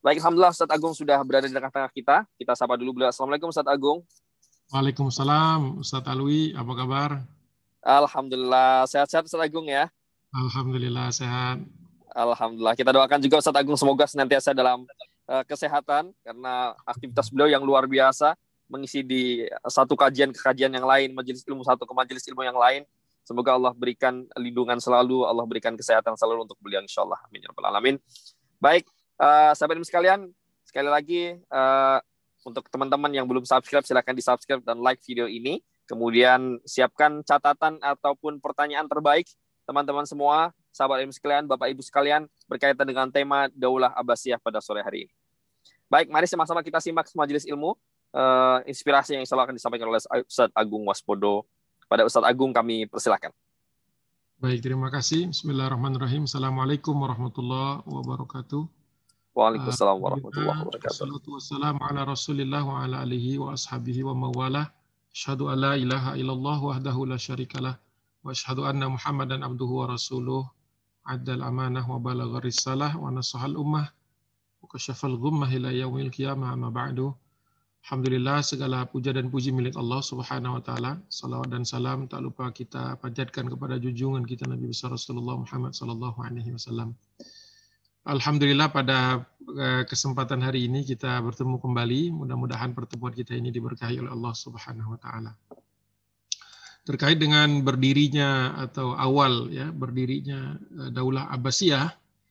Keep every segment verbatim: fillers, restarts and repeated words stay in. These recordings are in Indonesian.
Baik, alhamdulillah Ustadz Agung sudah berada di tengah-tengah kita. Kita sapa dulu beliau. Assalamualaikum Ustadz Agung. Waalaikumsalam, Ustadz Alwi, apa kabar? Alhamdulillah, sehat-sehat Ustadz Agung ya. Alhamdulillah sehat. Alhamdulillah. Kita doakan juga Ustadz Agung semoga senantiasa dalam uh, kesehatan karena aktivitas beliau yang luar biasa mengisi di satu kajian ke kajian yang lain, majelis ilmu satu ke majelis ilmu yang lain. Semoga Allah berikan lindungan selalu, Allah berikan kesehatan selalu untuk beliau insyaallah. Amin ya rabbal alamin. Baik, uh, sahabat ilmu sekalian, sekali lagi uh, untuk teman-teman yang belum subscribe silakan di-subscribe dan like video ini. Kemudian siapkan catatan ataupun pertanyaan terbaik teman-teman semua, sahabat ilmu sekalian, Bapak Ibu sekalian, berkaitan dengan tema Daulah Abbasiyah pada sore hari ini. Baik, mari sama-sama kita simak majelis ilmu, uh, inspirasi yang insya Allah akan disampaikan oleh Ustadz Agung Waspodo. Pada Ustadz Agung kami persilakan. Baik, terima kasih. Bismillahirrahmanirrahim. Assalamualaikum warahmatullahi wabarakatuh. Waalaikumsalam warahmatullahi wabarakatuh. Wassalatu wassalamu ala rasulillah wa ala alihi wa ashabihi wa mawalah. Asyhadu an la ilaha illallah wahdahu la syarikalah. Wa asyhadu anna Muhammadan abduhu wa rasuluh. Addal amanah wa balagha risalah wa nasahal ummah wa kasyafal ghummah ila yaumil qiyamah amma ba'du. Alhamdulillah, segala puja dan puji milik Allah Subhanahu wa taala. Salawat dan salam tak lupa kita panjatkan kepada junjungan kita Nabi besar Rasulullah Muhammad sallallahu alaihi wasallam. Alhamdulillah, pada kesempatan hari ini kita bertemu kembali. Mudah-mudahan pertemuan kita ini diberkahi oleh Allah Subhanahu wa taala. Terkait dengan berdirinya atau awal ya, berdirinya Daulah Abbasiyah,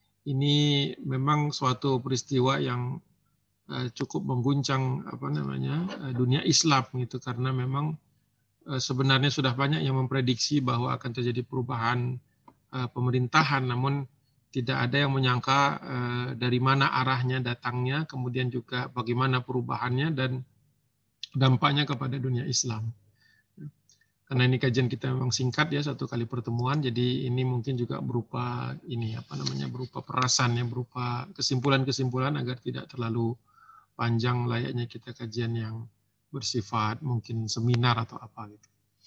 ini memang suatu peristiwa yang cukup mengguncang apa namanya dunia Islam gitu, karena memang sebenarnya sudah banyak yang memprediksi bahwa akan terjadi perubahan pemerintahan, namun tidak ada yang menyangka dari mana arahnya datangnya, kemudian juga bagaimana perubahannya dan dampaknya kepada dunia Islam. Karena ini kajian kita memang singkat ya, satu kali pertemuan, jadi ini mungkin juga berupa ini apa namanya berupa perasan ya, berupa kesimpulan-kesimpulan agar tidak terlalu panjang layaknya kita kajian yang bersifat mungkin seminar atau apa gitu.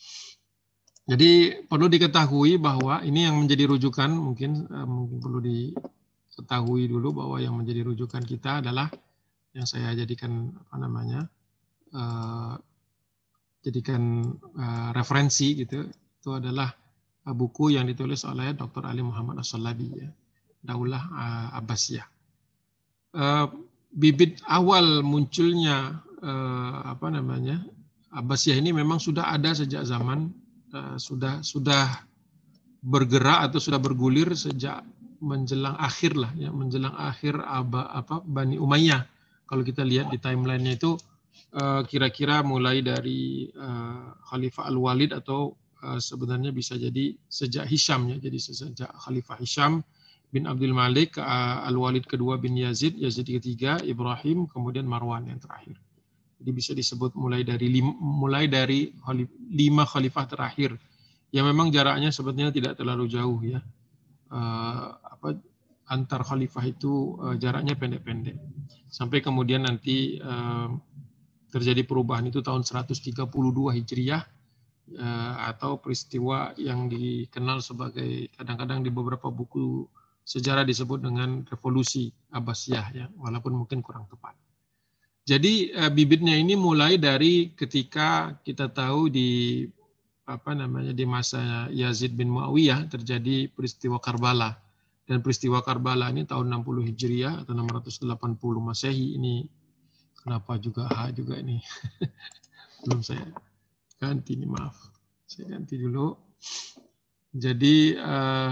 Jadi perlu diketahui bahwa ini yang menjadi rujukan, mungkin mungkin perlu diketahui dulu bahwa yang menjadi rujukan kita adalah yang saya jadikan apa namanya uh, jadikan uh, referensi gitu, itu adalah uh, buku yang ditulis oleh Doktor Ali Muhammad As-Salabi ya, Daulah uh, Abbasiyah. Uh, bibit awal munculnya eh, apa namanya Abbasiyah ini memang sudah ada sejak zaman eh, sudah sudah bergerak atau sudah bergulir sejak menjelang akhir lah ya, menjelang akhir Aba, apa Bani Umayyah. Kalau kita lihat di timelinenya itu eh, kira-kira mulai dari eh, Khalifah Al-Walid atau eh, sebenarnya bisa jadi sejak Hisham ya, jadi sejak Khalifah Hisham bin Abdul Malik, Al-Walid kedua bin Yazid, Yazid ketiga, Ibrahim, kemudian Marwan yang terakhir. Jadi bisa disebut mulai dari lima, mulai dari lima khalifah terakhir. Yang memang jaraknya sebetulnya tidak terlalu jauh ya. Uh, apa antar khalifah itu uh, jaraknya pendek-pendek. Sampai kemudian nanti uh, terjadi perubahan itu tahun seratus tiga puluh dua Hijriah uh, atau peristiwa yang dikenal sebagai kadang-kadang di beberapa buku sejarah disebut dengan revolusi Abbasiyah ya, walaupun mungkin kurang tepat. Jadi eh, bibitnya ini mulai dari ketika kita tahu di apa namanya di masa Yazid bin Muawiyah terjadi peristiwa Karbala, dan peristiwa Karbala ini tahun enam puluh Hijriah atau enam ratus delapan puluh Masehi. Ini kenapa juga H juga ini belum saya ganti nih, maaf, saya ganti dulu. Jadi eh,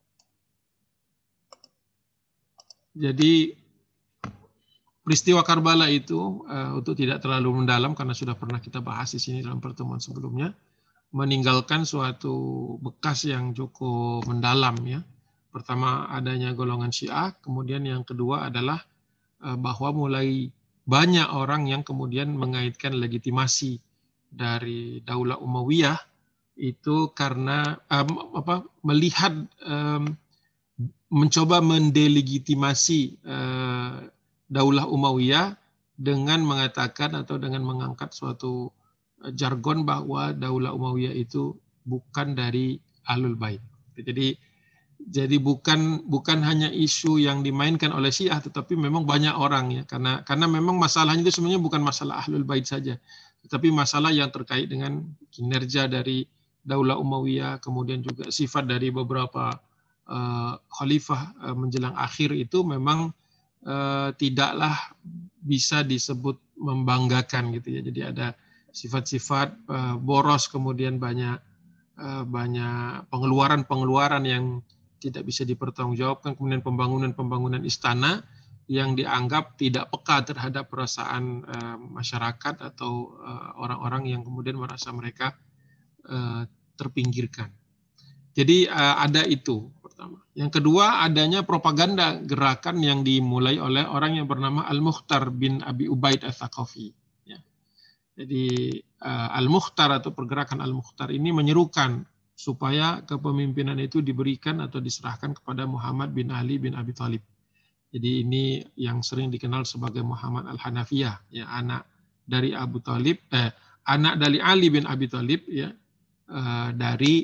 Jadi peristiwa Karbala itu uh, untuk tidak terlalu mendalam karena sudah pernah kita bahas di sini dalam pertemuan sebelumnya, meninggalkan suatu bekas yang cukup mendalam ya. Pertama adanya golongan Syiah, kemudian yang kedua adalah uh, bahwa mulai banyak orang yang kemudian mengaitkan legitimasi dari Daulah Umayyah itu karena um, apa melihat um, mencoba mendelegitimasi uh, Daulah Umayyah dengan mengatakan atau dengan mengangkat suatu uh, jargon bahwa Daulah Umayyah itu bukan dari Ahlul Bait. Jadi jadi bukan bukan hanya isu yang dimainkan oleh Syiah, tetapi memang banyak orang ya, karena karena memang masalahnya itu sebenarnya bukan masalah Ahlul Bait saja, tetapi masalah yang terkait dengan kinerja dari Daulah Umayyah, kemudian juga sifat dari beberapa uh, khalifah uh, menjelang akhir itu memang uh, tidaklah bisa disebut membanggakan gitu ya. Jadi ada sifat-sifat uh, boros, kemudian banyak uh, banyak pengeluaran-pengeluaran yang tidak bisa dipertanggungjawabkan, kemudian pembangunan-pembangunan istana yang dianggap tidak peka terhadap perasaan uh, masyarakat atau uh, orang-orang yang kemudian merasa mereka uh, terpinggirkan. Jadi uh, ada itu pertama. Yang kedua, adanya propaganda gerakan yang dimulai oleh orang yang bernama Al-Mukhtar bin Abi Ubaid Ats-Tsaqafi. Ya. Jadi uh, Al-Mukhtar atau pergerakan Al-Mukhtar ini menyerukan supaya kepemimpinan itu diberikan atau diserahkan kepada Muhammad bin Ali bin Abi Thalib. Jadi ini yang sering dikenal sebagai Muhammad Al-Hanafiyah, ya, anak dari Abu Thalib, eh, anak dari Ali bin Abi Thalib, ya, eh, dari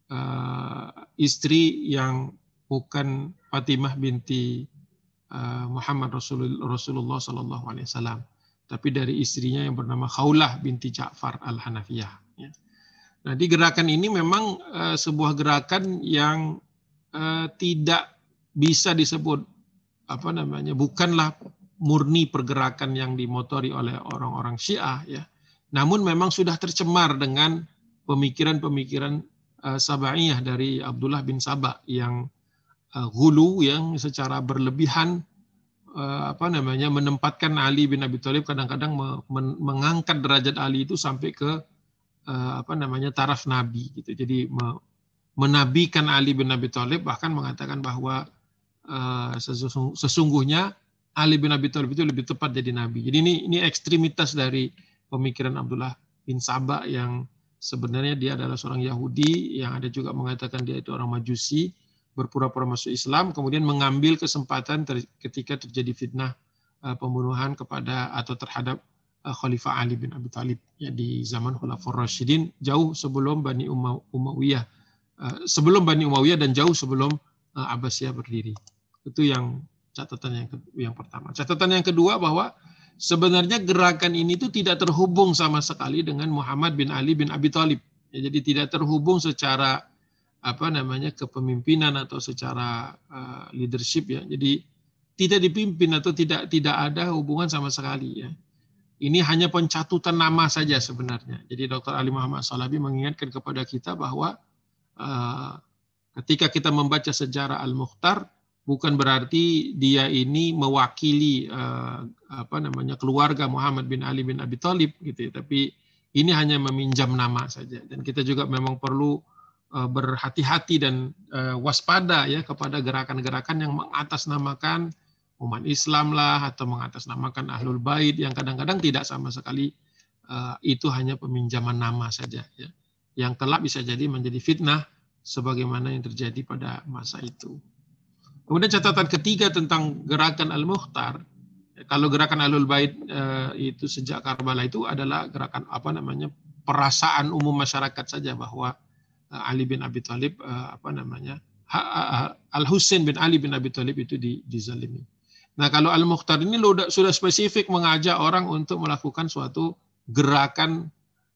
eh, istri yang bukan Fatimah binti eh, Muhammad Rasulullah Sallallahu Alaihi Wasallam, tapi dari istrinya yang bernama Khawlah binti Ja'far Al-Hanafiyah. Ya. Nah, di gerakan ini memang uh, sebuah gerakan yang uh, tidak bisa disebut apa namanya, bukanlah murni pergerakan yang dimotori oleh orang-orang Syiah ya. Namun memang sudah tercemar dengan pemikiran-pemikiran uh, Sabaiyah dari Abdullah bin Saba yang uh, ghulu, yang secara berlebihan uh, apa namanya menempatkan Ali bin Abi Thalib, kadang-kadang me- men- mengangkat derajat Ali itu sampai ke Uh, apa namanya taraf nabi gitu. Jadi me, menabikan Ali bin Abi Thalib, bahkan mengatakan bahwa uh, sesung, sesungguhnya Ali bin Abi Thalib itu lebih tepat jadi nabi. Jadi ini ini ekstremitas dari pemikiran Abdullah bin Saba yang sebenarnya dia adalah seorang Yahudi, yang ada juga mengatakan dia itu orang Majusi, berpura-pura masuk Islam, kemudian mengambil kesempatan ter, ketika terjadi fitnah uh, pembunuhan kepada atau terhadap Khalifah Ali bin Abi Thalib ya, di zaman Khulafaur Rasyidin, jauh sebelum Bani Umayyah, sebelum Bani Umayyah dan jauh sebelum Abbasiyah berdiri. Itu yang catatan yang yang pertama. Catatan yang kedua, bahwa sebenarnya gerakan ini itu tidak terhubung sama sekali dengan Muhammad bin Ali bin Abi Thalib. Ya, jadi tidak terhubung secara apa namanya kepemimpinan atau secara uh, leadership ya. Jadi tidak dipimpin atau tidak tidak ada hubungan sama sekali ya. Ini hanya pencatutan nama saja sebenarnya. Jadi Doktor Ali Muhammad Shalabi mengingatkan kepada kita bahwa uh, ketika kita membaca sejarah Al-Mukhtar, bukan berarti dia ini mewakili uh, apa namanya keluarga Muhammad bin Ali bin Abi Thalib gitu ya. Tapi ini hanya meminjam nama saja. Dan kita juga memang perlu uh, berhati-hati dan uh, waspada ya kepada gerakan-gerakan yang mengatasnamakan umat Islam lah, atau mengatasnamakan Ahlul Bait, yang kadang-kadang tidak sama sekali uh, itu hanya peminjaman nama saja ya, yang kelak bisa jadi menjadi fitnah sebagaimana yang terjadi pada masa itu. Kemudian catatan ketiga tentang gerakan Al-Mukhtar, kalau gerakan Ahlul Bait uh, itu sejak Karbala itu adalah gerakan apa namanya perasaan umum masyarakat saja bahwa uh, Ali bin Abi Thalib uh, apa namanya Al-Husain bin Ali bin Abi Thalib itu dizalimi. Nah, kalau Al-Mukhtar ini sudah spesifik mengajak orang untuk melakukan suatu gerakan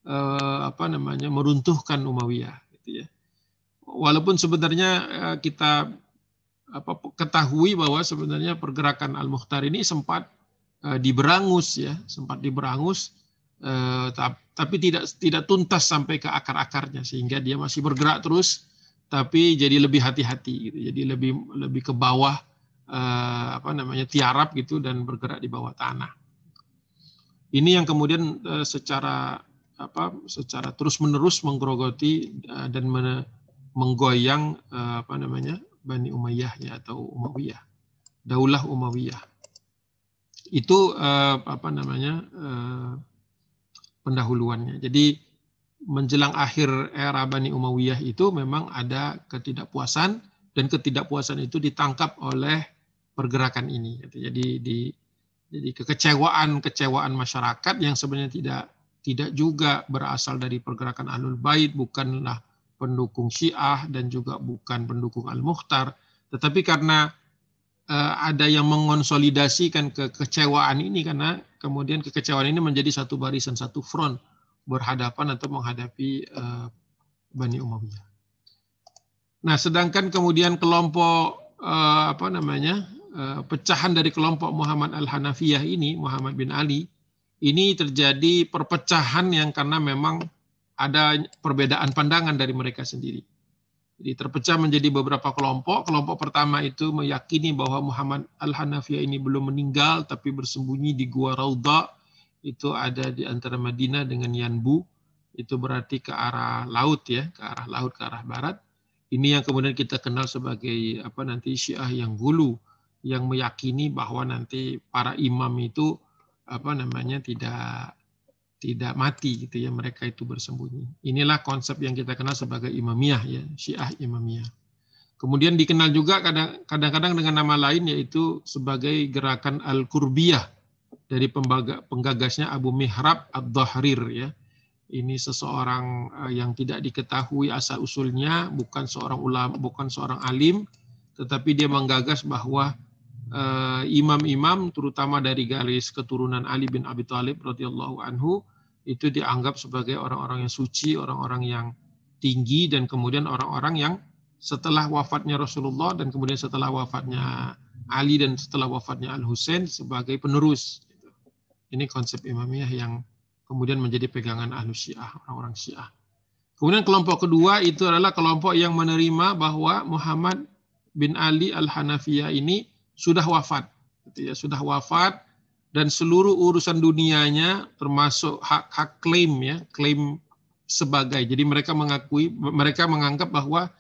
eh, apa namanya meruntuhkan Umayyah gitu ya. Walaupun sebenarnya eh, kita apa ketahui bahwa sebenarnya pergerakan Al-Mukhtar ini sempat eh, diberangus ya, sempat diberangus eh, tapi tidak tidak tuntas sampai ke akar-akarnya, sehingga dia masih bergerak terus tapi jadi lebih hati-hati gitu. Jadi lebih lebih ke bawah, Uh, apa namanya tiarap gitu, dan bergerak di bawah tanah. Ini yang kemudian uh, secara apa secara terus-menerus menggerogoti uh, dan men- menggoyang uh, apa namanya Bani Umayyah ya, atau Umayyah, Daulah Umayyah. Itu uh, apa namanya uh, pendahuluannya. Jadi menjelang akhir era Bani Umayyah itu memang ada ketidakpuasan, dan ketidakpuasan itu ditangkap oleh pergerakan ini. Jadi di jadi kekecewaan-kecewaan masyarakat yang sebenarnya tidak tidak juga berasal dari pergerakan Ahlul Bait, bukanlah pendukung Syiah dan juga bukan pendukung Al-Mukhtar, tetapi karena uh, ada yang mengonsolidasikan kekecewaan ini, karena kemudian kekecewaan ini menjadi satu barisan, satu front berhadapan atau menghadapi uh, Bani Umayyah. Nah, sedangkan kemudian kelompok uh, apa namanya uh, pecahan dari kelompok Muhammad Al-Hanafiyah ini, Muhammad bin Ali, ini terjadi perpecahan yang karena memang ada perbedaan pandangan dari mereka sendiri. Jadi terpecah menjadi beberapa kelompok. Kelompok pertama itu meyakini bahwa Muhammad Al-Hanafiyah ini belum meninggal, tapi bersembunyi di Gua Raudha. Itu ada di antara Madinah dengan Yanbu. Itu berarti ke arah laut ya, ke arah laut, ke arah barat. Ini yang kemudian kita kenal sebagai apa nanti Syiah yang gulu, yang meyakini bahwa nanti para imam itu apa namanya tidak tidak mati gitu ya, mereka itu bersembunyi. Inilah konsep yang kita kenal sebagai Imamiyah ya, Syiah Imamiyah. Kemudian dikenal juga kadang-kadang dengan nama lain yaitu sebagai gerakan Al-Qurbiyah dari penggagasnya Abu Mihrab Ad-Dhahrir ya. Ini seseorang yang tidak diketahui asal usulnya, bukan seorang ulama, bukan seorang alim, tetapi dia menggagas bahwa uh, imam-imam, terutama dari garis keturunan Ali bin Abi Thalib radhiyallahu anhu, itu dianggap sebagai orang-orang yang suci, orang-orang yang tinggi, dan kemudian orang-orang yang setelah wafatnya Rasulullah dan kemudian setelah wafatnya Ali dan setelah wafatnya Al-Husain sebagai penerus. Ini konsep imamiyah yang kemudian menjadi pegangan ahlu Syiah, orang-orang Syiah. Kemudian kelompok kedua itu adalah kelompok yang menerima bahwa Muhammad bin Ali Al-Hanafiyah ini sudah wafat, gitu ya, sudah wafat, dan seluruh urusan dunianya termasuk hak-hak klaim ya, klaim sebagai. Jadi mereka mengakui, mereka menganggap bahwa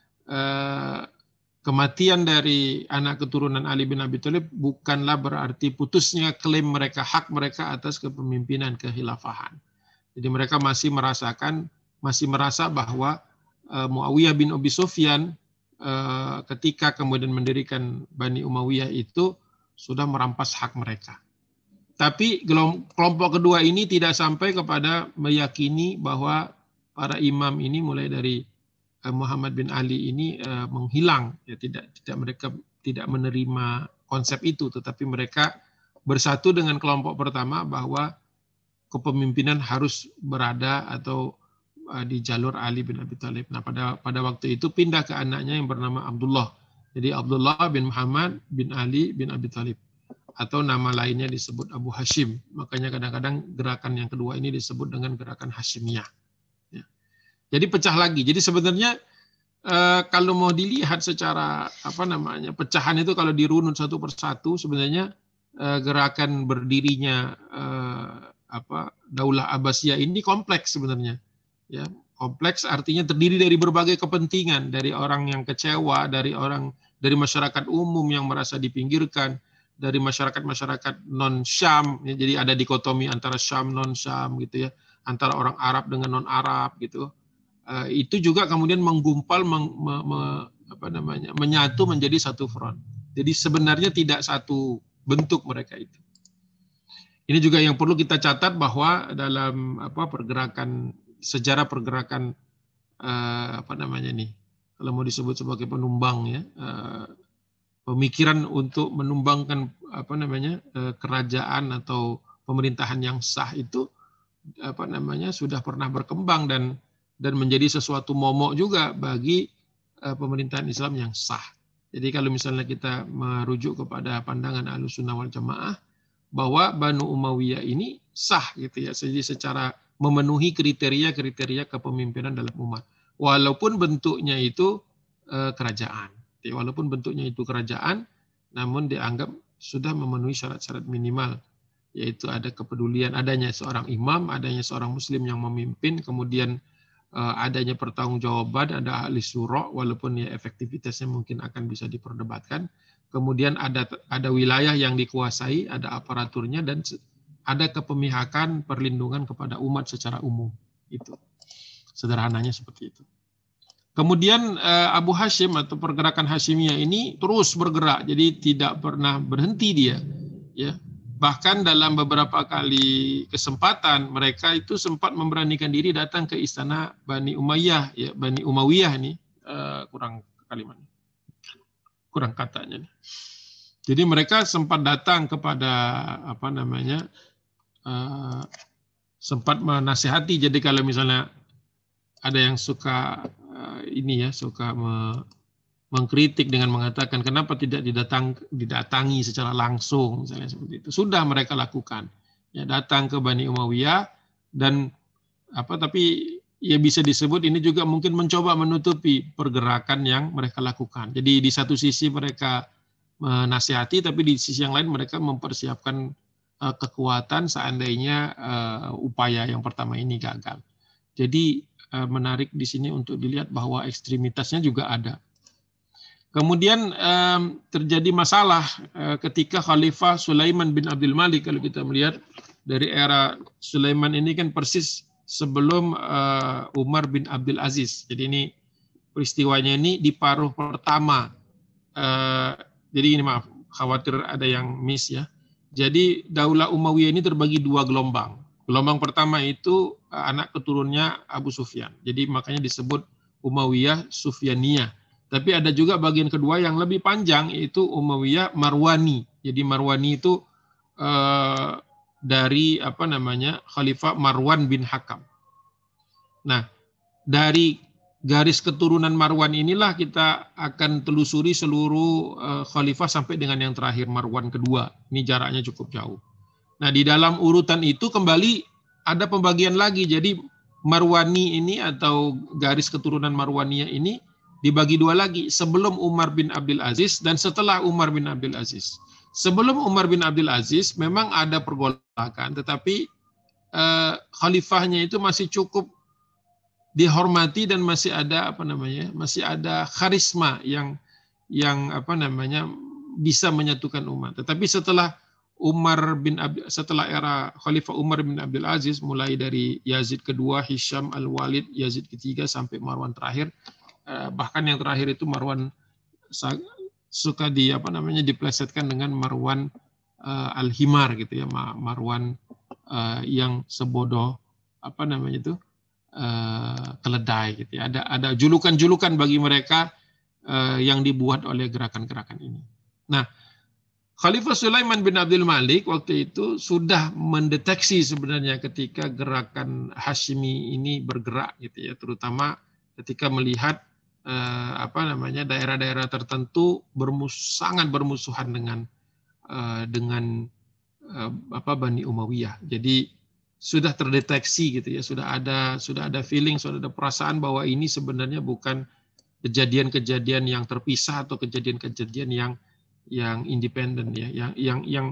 eh, kematian dari anak keturunan Ali bin Abi Thalib bukanlah berarti putusnya klaim mereka, hak mereka atas kepemimpinan kehilafahan. Jadi mereka masih merasakan, masih merasa bahwa uh, Muawiyah bin Abi Sufyan uh, ketika kemudian mendirikan Bani Umayyah itu sudah merampas hak mereka. Tapi kelompok kedua ini tidak sampai kepada meyakini bahwa para imam ini mulai dari Muhammad bin Ali ini uh, menghilang, ya, tidak tidak mereka tidak menerima konsep itu, tetapi mereka bersatu dengan kelompok pertama bahwa kepemimpinan harus berada atau uh, di jalur Ali bin Abi Thalib. Nah, pada pada waktu itu pindah ke anaknya yang bernama Abdullah. Jadi Abdullah bin Muhammad bin Ali bin Abi Thalib, atau nama lainnya disebut Abu Hashim. Makanya kadang-kadang gerakan yang kedua ini disebut dengan gerakan Hashimiyah. Jadi pecah lagi. Jadi sebenarnya eh, kalau mau dilihat secara apa namanya pecahan itu kalau dirunut satu persatu, sebenarnya eh, gerakan berdirinya eh, apa Daulah Abbasiyah ini kompleks sebenarnya. Ya, kompleks artinya terdiri dari berbagai kepentingan, dari orang yang kecewa, dari orang dari masyarakat umum yang merasa dipinggirkan, dari masyarakat-masyarakat non Syam. Ya, jadi ada dikotomi antara Syam non Syam gitu ya, antara orang Arab dengan non Arab gitu. Uh, itu juga kemudian menggumpal meng, me, me, apa namanya menyatu menjadi satu front. Jadi sebenarnya tidak satu bentuk mereka itu. Ini juga yang perlu kita catat bahwa dalam apa pergerakan sejarah pergerakan uh, apa namanya nih kalau mau disebut sebagai penumbang ya uh, pemikiran untuk menumbangkan apa namanya uh, kerajaan atau pemerintahan yang sah itu apa namanya sudah pernah berkembang dan dan menjadi sesuatu momok juga bagi uh, pemerintahan Islam yang sah. Jadi kalau misalnya kita merujuk kepada pandangan Ahlussunnah wal Jamaah bahwa Banu Umayyah ini sah gitu ya, jadi secara memenuhi kriteria-kriteria kepemimpinan dalam umat. Walaupun bentuknya itu uh, kerajaan. Jadi, walaupun bentuknya itu kerajaan, namun dianggap sudah memenuhi syarat-syarat minimal, yaitu ada kepedulian, adanya seorang imam, adanya seorang muslim yang memimpin, kemudian adanya pertanggungjawaban, ada ahli syura, walaupun ya efektivitasnya mungkin akan bisa diperdebatkan. Kemudian ada ada wilayah yang dikuasai, ada aparaturnya, dan ada kepemihakan perlindungan kepada umat secara umum. Itu sederhananya seperti itu. Kemudian Abu Hashim atau pergerakan Hashimiyah ini terus bergerak, jadi tidak pernah berhenti dia. Ya, bahkan dalam beberapa kali kesempatan mereka itu sempat memberanikan diri datang ke istana Bani Umayyah, ya Bani Umayyah nih, uh, kurang kalimatnya, kurang katanya nih. Jadi mereka sempat datang kepada apa namanya, uh, sempat menasihati. Jadi kalau misalnya ada yang suka uh, ini ya, suka me, mengkritik dengan mengatakan kenapa tidak didatang, didatangi secara langsung, misalnya seperti itu. Sudah mereka lakukan, ya datang ke Bani Umayyah dan apa tapi ya bisa disebut ini juga mungkin mencoba menutupi pergerakan yang mereka lakukan. Jadi di satu sisi mereka menasihati, tapi di sisi yang lain mereka mempersiapkan uh, kekuatan seandainya uh, upaya yang pertama ini gagal. Jadi uh, menarik di sini untuk dilihat bahwa ekstremitasnya juga ada. Kemudian um, terjadi masalah uh, ketika Khalifah Sulaiman bin Abdul Malik. Kalau kita melihat dari era Sulaiman ini kan persis sebelum uh, Umar bin Abdul Aziz. Jadi ini peristiwanya ini di paruh pertama. Uh, jadi ini maaf, khawatir ada yang miss ya. Jadi Daulah Umayyah ini terbagi dua gelombang. Gelombang pertama itu uh, anak keturunnya Abu Sufyan. Jadi makanya disebut Umayyah Sufyaniyah. Tapi ada juga bagian kedua yang lebih panjang, yaitu Umayyah Marwani. Jadi Marwani itu eh, dari apa namanya Khalifah Marwan bin Hakam. Nah, dari garis keturunan Marwan inilah kita akan telusuri seluruh eh, khalifah sampai dengan yang terakhir Marwan kedua. Ini jaraknya cukup jauh. Nah, di dalam urutan itu kembali ada pembagian lagi. Jadi Marwani ini atau garis keturunan Marwaniyah ini dibagi dua lagi, sebelum Umar bin Abdul Aziz dan setelah Umar bin Abdul Aziz. Sebelum Umar bin Abdul Aziz memang ada pergolakan, tetapi eh, khalifahnya itu masih cukup dihormati dan masih ada apa namanya, masih ada karisma yang yang apa namanya bisa menyatukan umat. Tetapi setelah Umar bin Abdul, setelah era Khalifah Umar bin Abdul Aziz, mulai dari Yazid kedua, Hisham al-Walid, Yazid ketiga sampai Marwan terakhir. Bahkan yang terakhir itu Marwan suka di apa namanya diplesetkan dengan Marwan uh, al-Himar gitu ya, Marwan uh, yang sebodoh apa namanya itu uh, keledai gitu ya. Ada ada julukan-julukan bagi mereka uh, yang dibuat oleh gerakan-gerakan ini. Nah, Khalifah Sulaiman bin Abdul Malik waktu itu sudah mendeteksi sebenarnya ketika gerakan Hashimi ini bergerak gitu ya, terutama ketika melihat Eh, apa namanya daerah-daerah tertentu bermus sangat bermusuhan dengan eh, dengan eh, apa Bani Umayyah. Jadi sudah terdeteksi gitu ya, sudah ada sudah ada feeling, sudah ada perasaan bahwa ini sebenarnya bukan kejadian-kejadian yang terpisah atau kejadian-kejadian yang yang independen ya, yang yang yang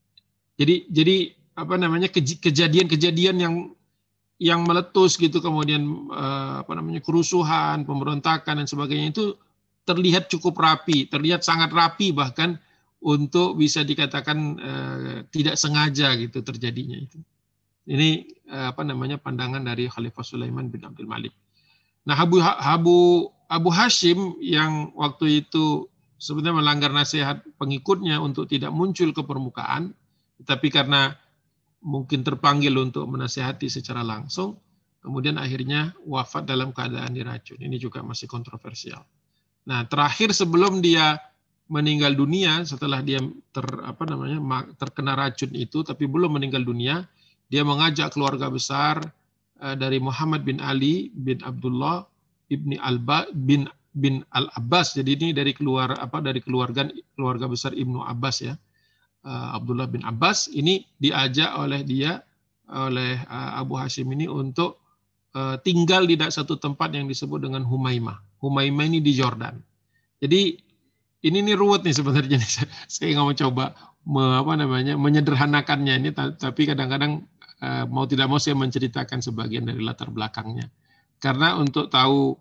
jadi jadi apa namanya kejadian-kejadian yang yang meletus gitu, kemudian apa namanya kerusuhan, pemberontakan dan sebagainya itu terlihat cukup rapi, terlihat sangat rapi bahkan untuk bisa dikatakan eh, tidak sengaja gitu terjadinya itu. Ini eh, apa namanya pandangan dari Khalifah Sulaiman bin Abdul Malik. Nah, Abu Abu Abu Hashim yang waktu itu sebenarnya melanggar nasihat pengikutnya untuk tidak muncul ke permukaan, tetapi karena mungkin terpanggil untuk menasihati secara langsung, kemudian akhirnya wafat dalam keadaan diracun. Ini juga masih kontroversial. Nah, terakhir sebelum dia meninggal dunia, setelah dia ter, apa namanya, terkena racun itu, tapi belum meninggal dunia, dia mengajak keluarga besar uh, dari Muhammad bin Ali bin Abdullah ibni Alba bin bin Al Abbas. Jadi ini dari keluar apa dari keluarga keluarga besar Ibnu Abbas ya. Abdullah bin Abbas ini diajak oleh dia oleh Abu Hashim ini untuk tinggal di satu tempat yang disebut dengan Humaimah. Humaimah ini di Jordan. Jadi ini nih ruwet nih sebenarnya. Saya nggak mau coba me, apa namanya menyederhanakannya ini, tapi kadang-kadang mau tidak mau saya menceritakan sebagian dari latar belakangnya. Karena untuk tahu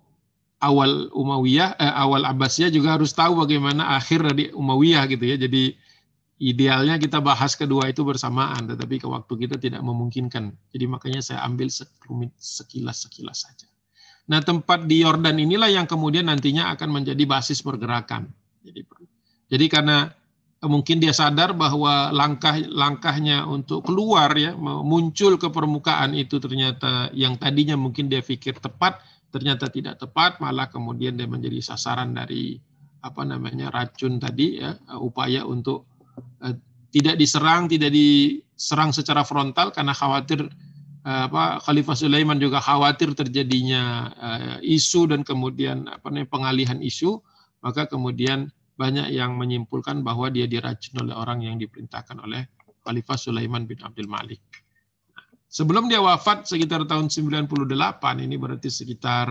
awal Umayyah, eh, awal Abbasiyah juga harus tahu bagaimana akhir dari Umayyah gitu ya. Jadi idealnya kita bahas kedua itu bersamaan, tetapi ke waktu kita tidak memungkinkan. Jadi makanya saya ambil sekilas-sekilas saja. Nah, tempat di Yordan inilah yang kemudian nantinya akan menjadi basis pergerakan. Jadi, jadi karena mungkin dia sadar bahwa langkah-langkahnya untuk keluar ya, muncul ke permukaan itu ternyata yang tadinya mungkin dia pikir tepat, ternyata tidak tepat, malah kemudian dia menjadi sasaran dari apa namanya racun tadi ya, upaya untuk uh, tidak diserang, tidak diserang secara frontal karena khawatir uh, apa Khalifah Sulaiman juga khawatir terjadinya uh, isu dan kemudian apa namanya pengalihan isu, maka kemudian banyak yang menyimpulkan bahwa dia diracun oleh orang yang diperintahkan oleh Khalifah Sulaiman bin Abdul Malik. Sebelum dia wafat sekitar tahun sembilan puluh delapan, ini berarti sekitar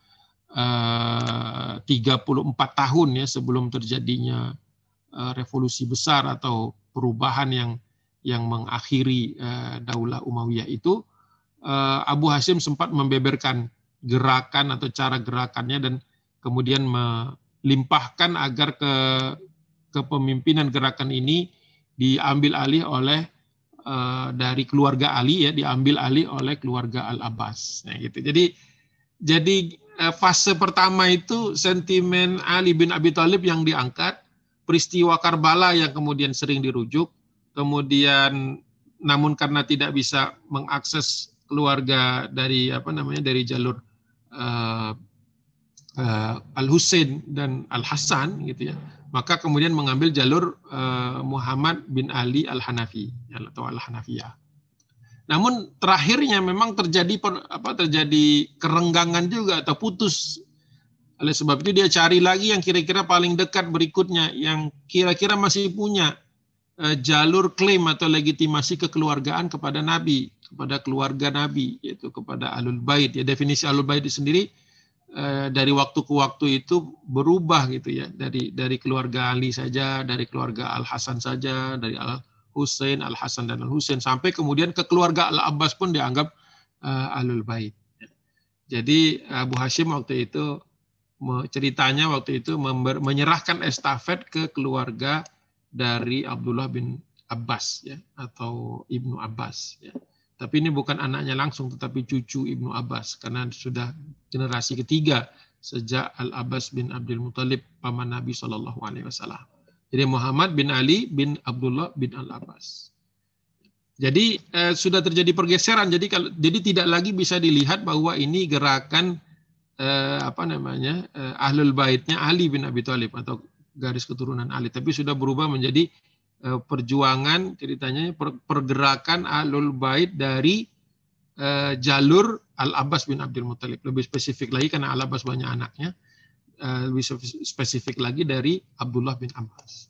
uh, tiga puluh empat tahun ya sebelum terjadinya uh, revolusi besar atau perubahan yang yang mengakhiri uh, Daulah Umayyah itu, uh, Abu Hashim sempat membeberkan gerakan atau cara gerakannya dan kemudian me limpahkan agar ke kepemimpinan gerakan ini diambil alih oleh uh, dari keluarga Ali ya, diambil alih oleh keluarga Al-Abbas. Nah, gitu. Jadi jadi uh, fase pertama itu sentimen Ali bin Abi Thalib yang diangkat, peristiwa Karbala yang kemudian sering dirujuk, kemudian namun karena tidak bisa mengakses keluarga dari apa namanya dari jalur uh, Uh, Al-Husain dan Al-Hasan gitu ya, maka kemudian mengambil jalur uh, Muhammad bin Ali Al-Hanafi atau Al-Hanafiyah. Namun terakhirnya memang terjadi apa terjadi kerenggangan juga atau putus. Oleh sebab itu dia cari lagi yang kira-kira paling dekat berikutnya yang kira-kira masih punya uh, jalur klaim atau legitimasi kekeluargaan kepada Nabi, kepada keluarga Nabi, yaitu kepada Ahlul Bait. Ya, definisi Ahlul Bait itu sendiri dari waktu ke waktu itu berubah gitu ya, dari dari keluarga Ali saja, dari keluarga Al Hasan saja, dari Al Husain, Al Hasan dan Al Husain sampai kemudian ke keluarga Al Abbas pun dianggap uh, Ahlul Bait. Jadi Abu Hashim waktu itu ceritanya waktu itu member, menyerahkan estafet ke keluarga dari Abdullah bin Abbas ya, atau Ibnu Abbas ya. Tapi ini bukan anaknya langsung, tetapi cucu Ibnu Abbas, karena sudah generasi ketiga sejak Al-Abbas bin Abdul Muthalib, paman Nabi shallallahu alaihi wasallam. Jadi Muhammad bin Ali bin Abdullah bin Al-Abbas. Jadi eh, sudah terjadi pergeseran. Jadi kalau jadi tidak lagi bisa dilihat bahwa ini gerakan eh, apa namanya eh, Ahlul Baitnya Ali bin Abi Thalib atau garis keturunan Ali, tapi sudah berubah menjadi perjuangan ceritanya pergerakan Ahlul Bait dari uh, jalur Al-Abbas bin Abdul Muthalib. Lebih spesifik lagi karena Al-Abbas banyak anaknya, uh, lebih spesifik lagi dari Abdullah bin Abbas.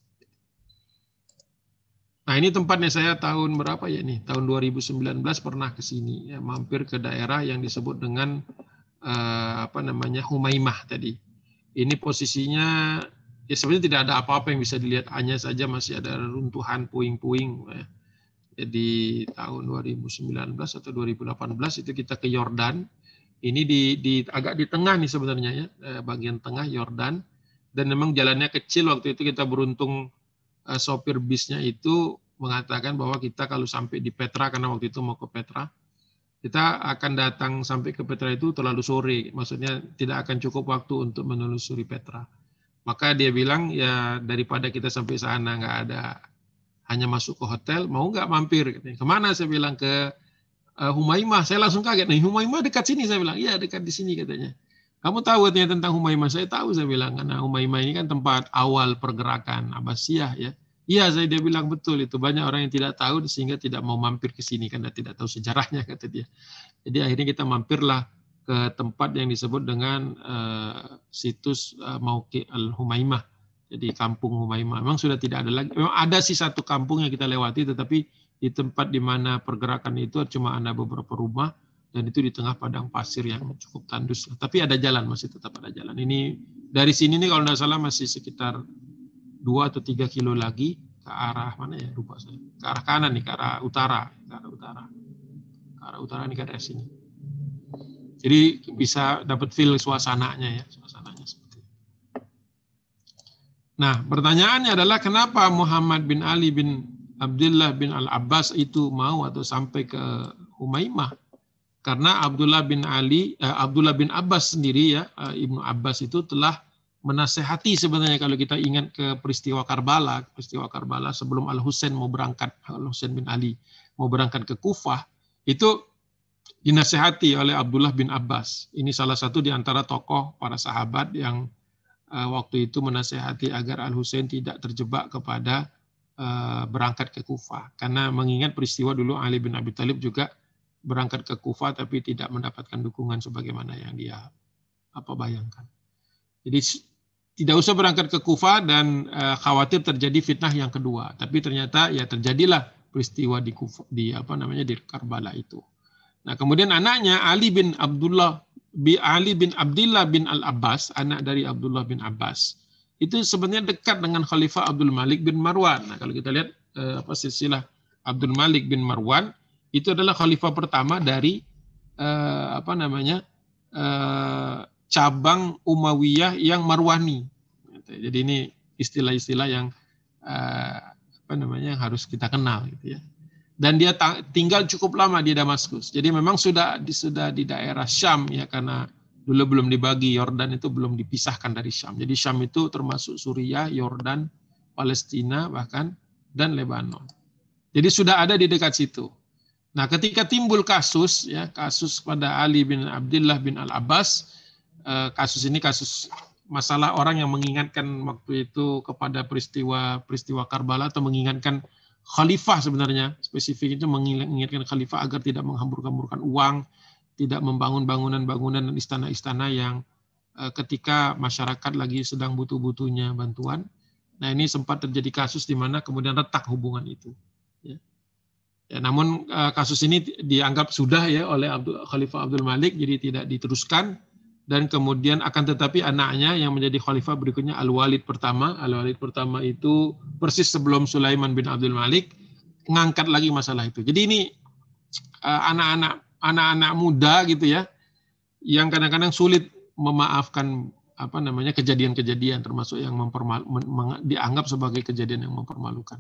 Nah, ini tempatnya saya tahun berapa ya nih? Tahun dua ribu sembilan belas pernah ke sini ya, mampir ke daerah yang disebut dengan uh, apa namanya Humaimah tadi. Ini posisinya ya sebenarnya tidak ada apa-apa yang bisa dilihat, hanya saja masih ada runtuhan puing-puing. Ya. Jadi tahun dua ribu sembilan belas atau dua ribu delapan belas itu kita ke Yordan. Ini di, di agak di tengah nih sebenarnya ya, bagian tengah Yordan. Dan memang jalannya kecil, waktu itu kita beruntung uh, sopir bisnya itu mengatakan bahwa kita kalau sampai di Petra, karena waktu itu mau ke Petra, kita akan datang sampai ke Petra itu terlalu sore. Maksudnya tidak akan cukup waktu untuk menelusuri Petra. Maka dia bilang, ya daripada kita sampai sana nggak ada, hanya masuk ke hotel, mau nggak mampir? Kemana? Saya bilang ke uh, Humaimah. Saya langsung kaget, nih Humaimah dekat sini. Saya bilang, iya dekat di sini katanya. Kamu tahu katanya tentang Humaimah? Saya tahu, saya bilang, karena Humaimah ini kan tempat awal pergerakan Abbasiyah ya. Iya, saya dia bilang betul itu. Banyak orang yang tidak tahu sehingga tidak mau mampir ke sini karena tidak tahu sejarahnya, kata dia. Jadi akhirnya kita mampirlah ke tempat yang disebut dengan uh, situs uh, Mauqi Al-Humaimah. Jadi kampung Humaimah. Memang sudah tidak ada lagi. Memang ada sih satu kampung yang kita lewati, tetapi di tempat di mana pergerakan itu cuma ada beberapa rumah dan itu di tengah padang pasir yang cukup tandus. Tapi ada jalan, masih tetap ada jalan. Ini dari sini nih kalau tidak salah masih sekitar dua atau tiga kilo lagi ke arah mana ya? Lupa saya. Ke arah kanan nih, ke arah utara, ke arah utara. Ke arah utara nih, ke arah sini. Jadi bisa dapat feel suasananya ya, suasananya seperti itu. Nah, pertanyaannya adalah kenapa Muhammad bin Ali bin Abdullah bin Al-Abbas itu mau atau sampai ke Humaimah? Karena Abdullah bin Ali, eh, Abdullah bin Abbas sendiri ya, eh, Ibnu Abbas itu telah menasehati sebenarnya kalau kita ingat ke peristiwa Karbala, peristiwa Karbala sebelum Al-Husain mau berangkat, Al-Husain bin Ali mau berangkat ke Kufah, itu dinasehati oleh Abdullah bin Abbas. Ini salah satu di antara tokoh para sahabat yang uh, waktu itu menasehati agar Al-Husain tidak terjebak kepada uh, berangkat ke Kufah. Karena mengingat peristiwa dulu Ali bin Abi Thalib juga berangkat ke Kufah tapi tidak mendapatkan dukungan sebagaimana yang dia apa bayangkan. Jadi tidak usah berangkat ke Kufah dan uh, khawatir terjadi fitnah yang kedua. Tapi ternyata ya terjadilah peristiwa di Kufah, di apa namanya di Karbala itu. Nah, kemudian anaknya Ali bin Abdullah bin Ali bin Abdullah bin Al-Abbas, anak dari Abdullah bin Abbas, itu sebenarnya dekat dengan Khalifah Abdul Malik bin Marwan. Nah, kalau kita lihat uh, apa silsilah Abdul Malik bin Marwan, itu adalah khalifah pertama dari uh, apa namanya uh, cabang Umayyah yang Marwani. Jadi ini istilah-istilah yang uh, apa namanya harus kita kenal, gitu ya. Dan dia ta- tinggal cukup lama di Damaskus. Jadi memang sudah di sudah di daerah Syam ya, karena dulu belum dibagi, Yordan itu belum dipisahkan dari Syam. Jadi Syam itu termasuk Suriah, Yordan, Palestina bahkan dan Lebanon. Jadi sudah ada di dekat situ. Nah, ketika timbul kasus, ya kasus pada Ali bin Abdullah bin Al-Abbas, eh, kasus ini kasus masalah orang yang mengingatkan waktu itu kepada peristiwa-peristiwa Karbala atau mengingatkan khalifah sebenarnya, spesifik itu mengingatkan khalifah agar tidak menghambur-hamburkan uang, tidak membangun bangunan-bangunan dan istana-istana yang eh, ketika masyarakat lagi sedang butuh-butuhnya bantuan. Nah, ini sempat terjadi kasus di mana kemudian retak hubungan itu. Ya. Ya, namun kasus ini dianggap sudah ya oleh Abdul, Khalifah Abdul Malik, jadi tidak diteruskan, dan kemudian akan tetapi anaknya yang menjadi khalifah berikutnya Al-Walid pertama. Al-Walid pertama itu persis sebelum Sulaiman bin Abdul Malik mengangkat lagi masalah itu. Jadi ini anak-anak anak-anak muda gitu ya, yang kadang-kadang sulit memaafkan apa namanya kejadian-kejadian termasuk yang mempermalu, dianggap sebagai kejadian yang mempermalukan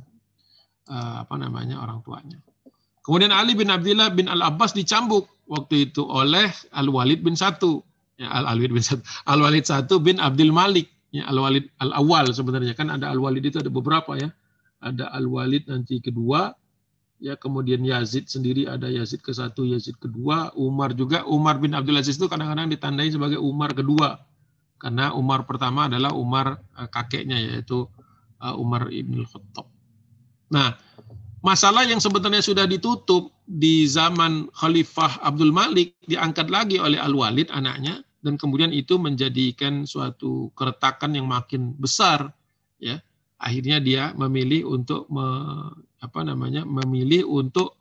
apa namanya orang tuanya. Kemudian Ali bin Abdullah bin Al-Abbas dicambuk waktu itu oleh Al-Walid bin satu. Ya, Al-Walid bin satu. Al-Walid satu bin Abdul Malik. Ya, Al-Walid Al-Awwal sebenarnya kan ada Al-Walid itu ada beberapa ya. Ada Al-Walid nanti kedua. Ya, kemudian Yazid sendiri ada Yazid ke satu, Yazid kedua, Umar juga. Umar bin Abdul Aziz itu kadang-kadang ditandai sebagai Umar kedua. Karena Umar pertama adalah Umar kakeknya yaitu Umar ibn Khattab. Nah, masalah yang sebenarnya sudah ditutup di zaman Khalifah Abdul Malik diangkat lagi oleh Al-Walid anaknya, dan kemudian itu menjadikan suatu keretakan yang makin besar ya. Akhirnya dia memilih untuk me, apa namanya? memilih untuk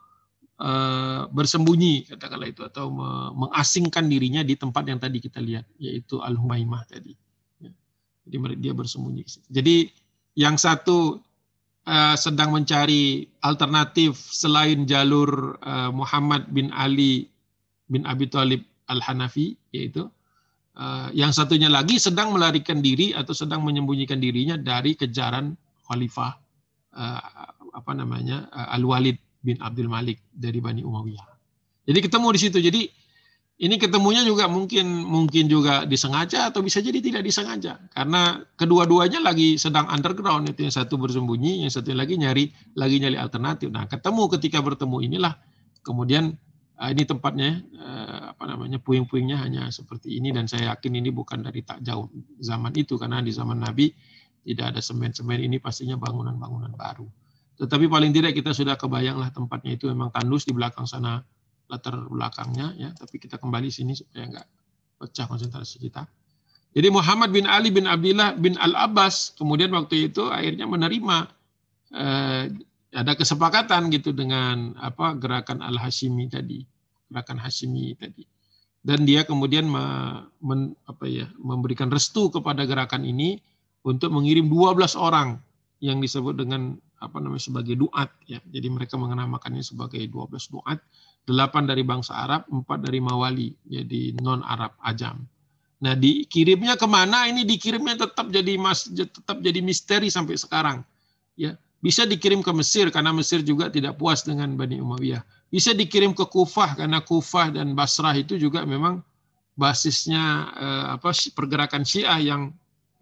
uh, bersembunyi katakanlah itu atau me, mengasingkan dirinya di tempat yang tadi kita lihat yaitu Al-Humaimah tadi. Ya. Jadi dia bersembunyi. Jadi yang satu Uh, sedang mencari alternatif selain jalur uh, Muhammad bin Ali bin Abi Thalib Al-Hanafi, yaitu uh, yang satunya lagi sedang melarikan diri atau sedang menyembunyikan dirinya dari kejaran Khalifah uh, apa namanya uh, Al-Walid bin Abdul Malik dari Bani Umayyah. Jadi ketemu di situ. Jadi ini ketemunya juga mungkin mungkin juga disengaja atau bisa jadi tidak disengaja karena kedua-duanya lagi sedang underground, itu yang satu bersembunyi, yang satu lagi nyari lagi nyari alternatif. Nah, ketemu ketika bertemu inilah kemudian ini tempatnya apa namanya puing-puingnya hanya seperti ini, dan saya yakin ini bukan dari tak jauh zaman itu karena di zaman Nabi tidak ada semen-semen, ini pastinya bangunan-bangunan baru. Tetapi paling tidak kita sudah kebayanglah tempatnya itu memang tandus di belakang sana, latar belakangnya ya, tapi kita kembali sini supaya enggak pecah konsentrasi kita. Jadi Muhammad bin Ali bin Abdullah bin Al-Abbas kemudian waktu itu akhirnya menerima eh, ada kesepakatan gitu dengan apa gerakan Al-Hashimi tadi, gerakan Hashimi tadi. Dan dia kemudian me, men, apa ya, memberikan restu kepada gerakan ini untuk mengirim dua belas orang yang disebut dengan apa namanya sebagai duat ya. Jadi mereka menamakannya sebagai dua belas duat. Delapan dari bangsa Arab, empat dari Mawali, jadi non-Arab Ajam. Nah, dikirimnya kemana? Ini dikirimnya tetap jadi mas, tetap jadi misteri sampai sekarang. Ya, bisa dikirim ke Mesir karena Mesir juga tidak puas dengan Bani Umayyah. Bisa dikirim ke Kufah karena Kufah dan Basrah itu juga memang basisnya eh, apa pergerakan Syiah yang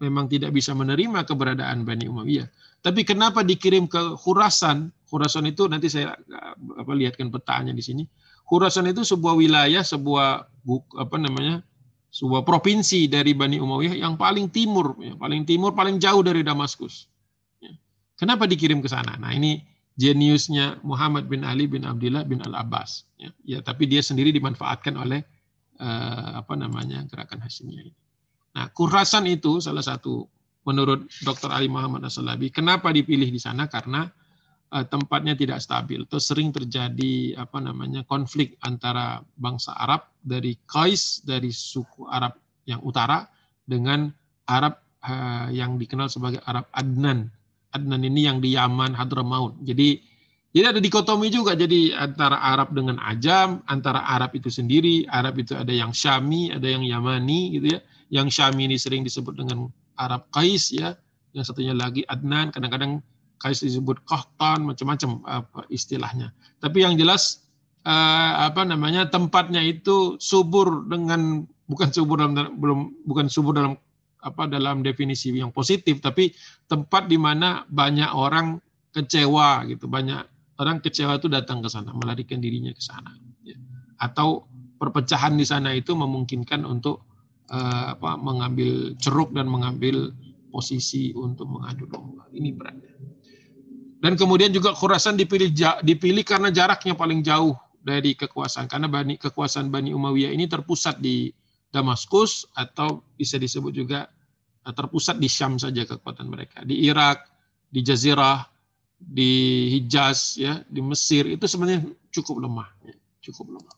memang tidak bisa menerima keberadaan Bani Umayyah. Tapi kenapa dikirim ke Khurasan? Khurasan itu nanti saya apa, lihatkan petanya di sini. Khurasan itu sebuah wilayah, sebuah apa namanya, sebuah provinsi dari Bani Umayyah yang paling timur, ya, paling timur, paling jauh dari Damaskus. Ya. Kenapa dikirim ke sana? Nah ini jeniusnya Muhammad bin Ali bin Abdullah bin Al-Abbas. Ya, ya tapi dia sendiri dimanfaatkan oleh uh, apa namanya gerakan Hasyimiyah ini. Nah, Khurasan itu salah satu menurut Doktor Ali Muhammad As-Salabi. Kenapa dipilih di sana? Karena uh, tempatnya tidak stabil. Terus sering terjadi apa namanya konflik antara bangsa Arab dari Qais, dari suku Arab yang utara dengan Arab uh, yang dikenal sebagai Arab Adnan. Adnan ini yang di Yaman, Hadramaut. Jadi jadi ada dikotomi juga, jadi antara Arab dengan Ajam, antara Arab itu sendiri. Arab itu ada yang Syami, ada yang Yamani gitu ya. Yang Syami ini sering disebut dengan Arab Qais ya. Yang satunya lagi Adnan, kadang-kadang Qais disebut Qahtan, macam-macam apa istilahnya. Tapi yang jelas uh, apa namanya tempatnya itu subur dengan bukan subur dalam belum bukan subur dalam apa dalam definisi yang positif, tapi tempat di mana banyak orang kecewa gitu, banyak orang kecewa itu datang ke sana, melarikan dirinya ke sana. Ya. Atau perpecahan di sana itu memungkinkan untuk uh, apa, mengambil ceruk dan mengambil posisi untuk mengadu domba. Ini beratnya. Dan kemudian juga Khurasan dipilih dipilih karena jaraknya paling jauh dari kekuasaan, karena Bani, kekuasaan Bani Umayyah ini terpusat di Damaskus atau bisa disebut juga terpusat di Syam saja kekuatan mereka. Di Irak, di Jazirah, di Hijaz, ya, di Mesir itu sebenarnya cukup lemah, ya, cukup lemah.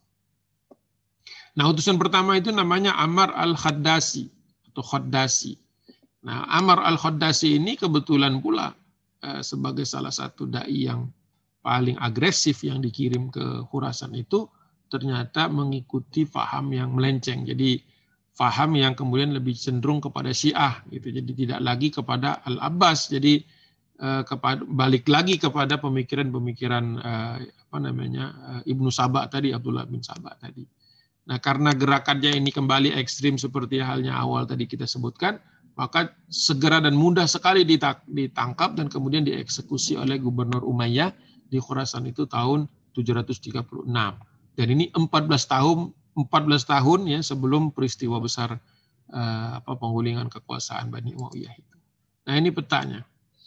Nah, utusan pertama itu namanya Ammar al-Khaddasi atau Khaddasi. Nah, Ammar al-Khaddasi ini kebetulan pula eh, sebagai salah satu dai yang paling agresif yang dikirim ke Khurasan itu ternyata mengikuti faham yang melenceng. Jadi faham yang kemudian lebih cenderung kepada Syiah gitu. Jadi tidak lagi kepada Al-Abbas. Jadi eh, kepada balik lagi kepada pemikiran-pemikiran eh, apa namanya eh, Ibnu Saba tadi, Abdullah bin Saba tadi. Nah, karena gerakannya ini kembali ekstrim seperti halnya awal tadi kita sebutkan, maka segera dan mudah sekali ditangkap dan kemudian dieksekusi oleh Gubernur Umayyah di Khurasan itu tahun tujuh ratus tiga puluh enam. Dan ini empat belas tahun empat belas tahun ya sebelum peristiwa besar eh, apa penggulingan kekuasaan Bani Umayyah itu. Nah, ini petanya.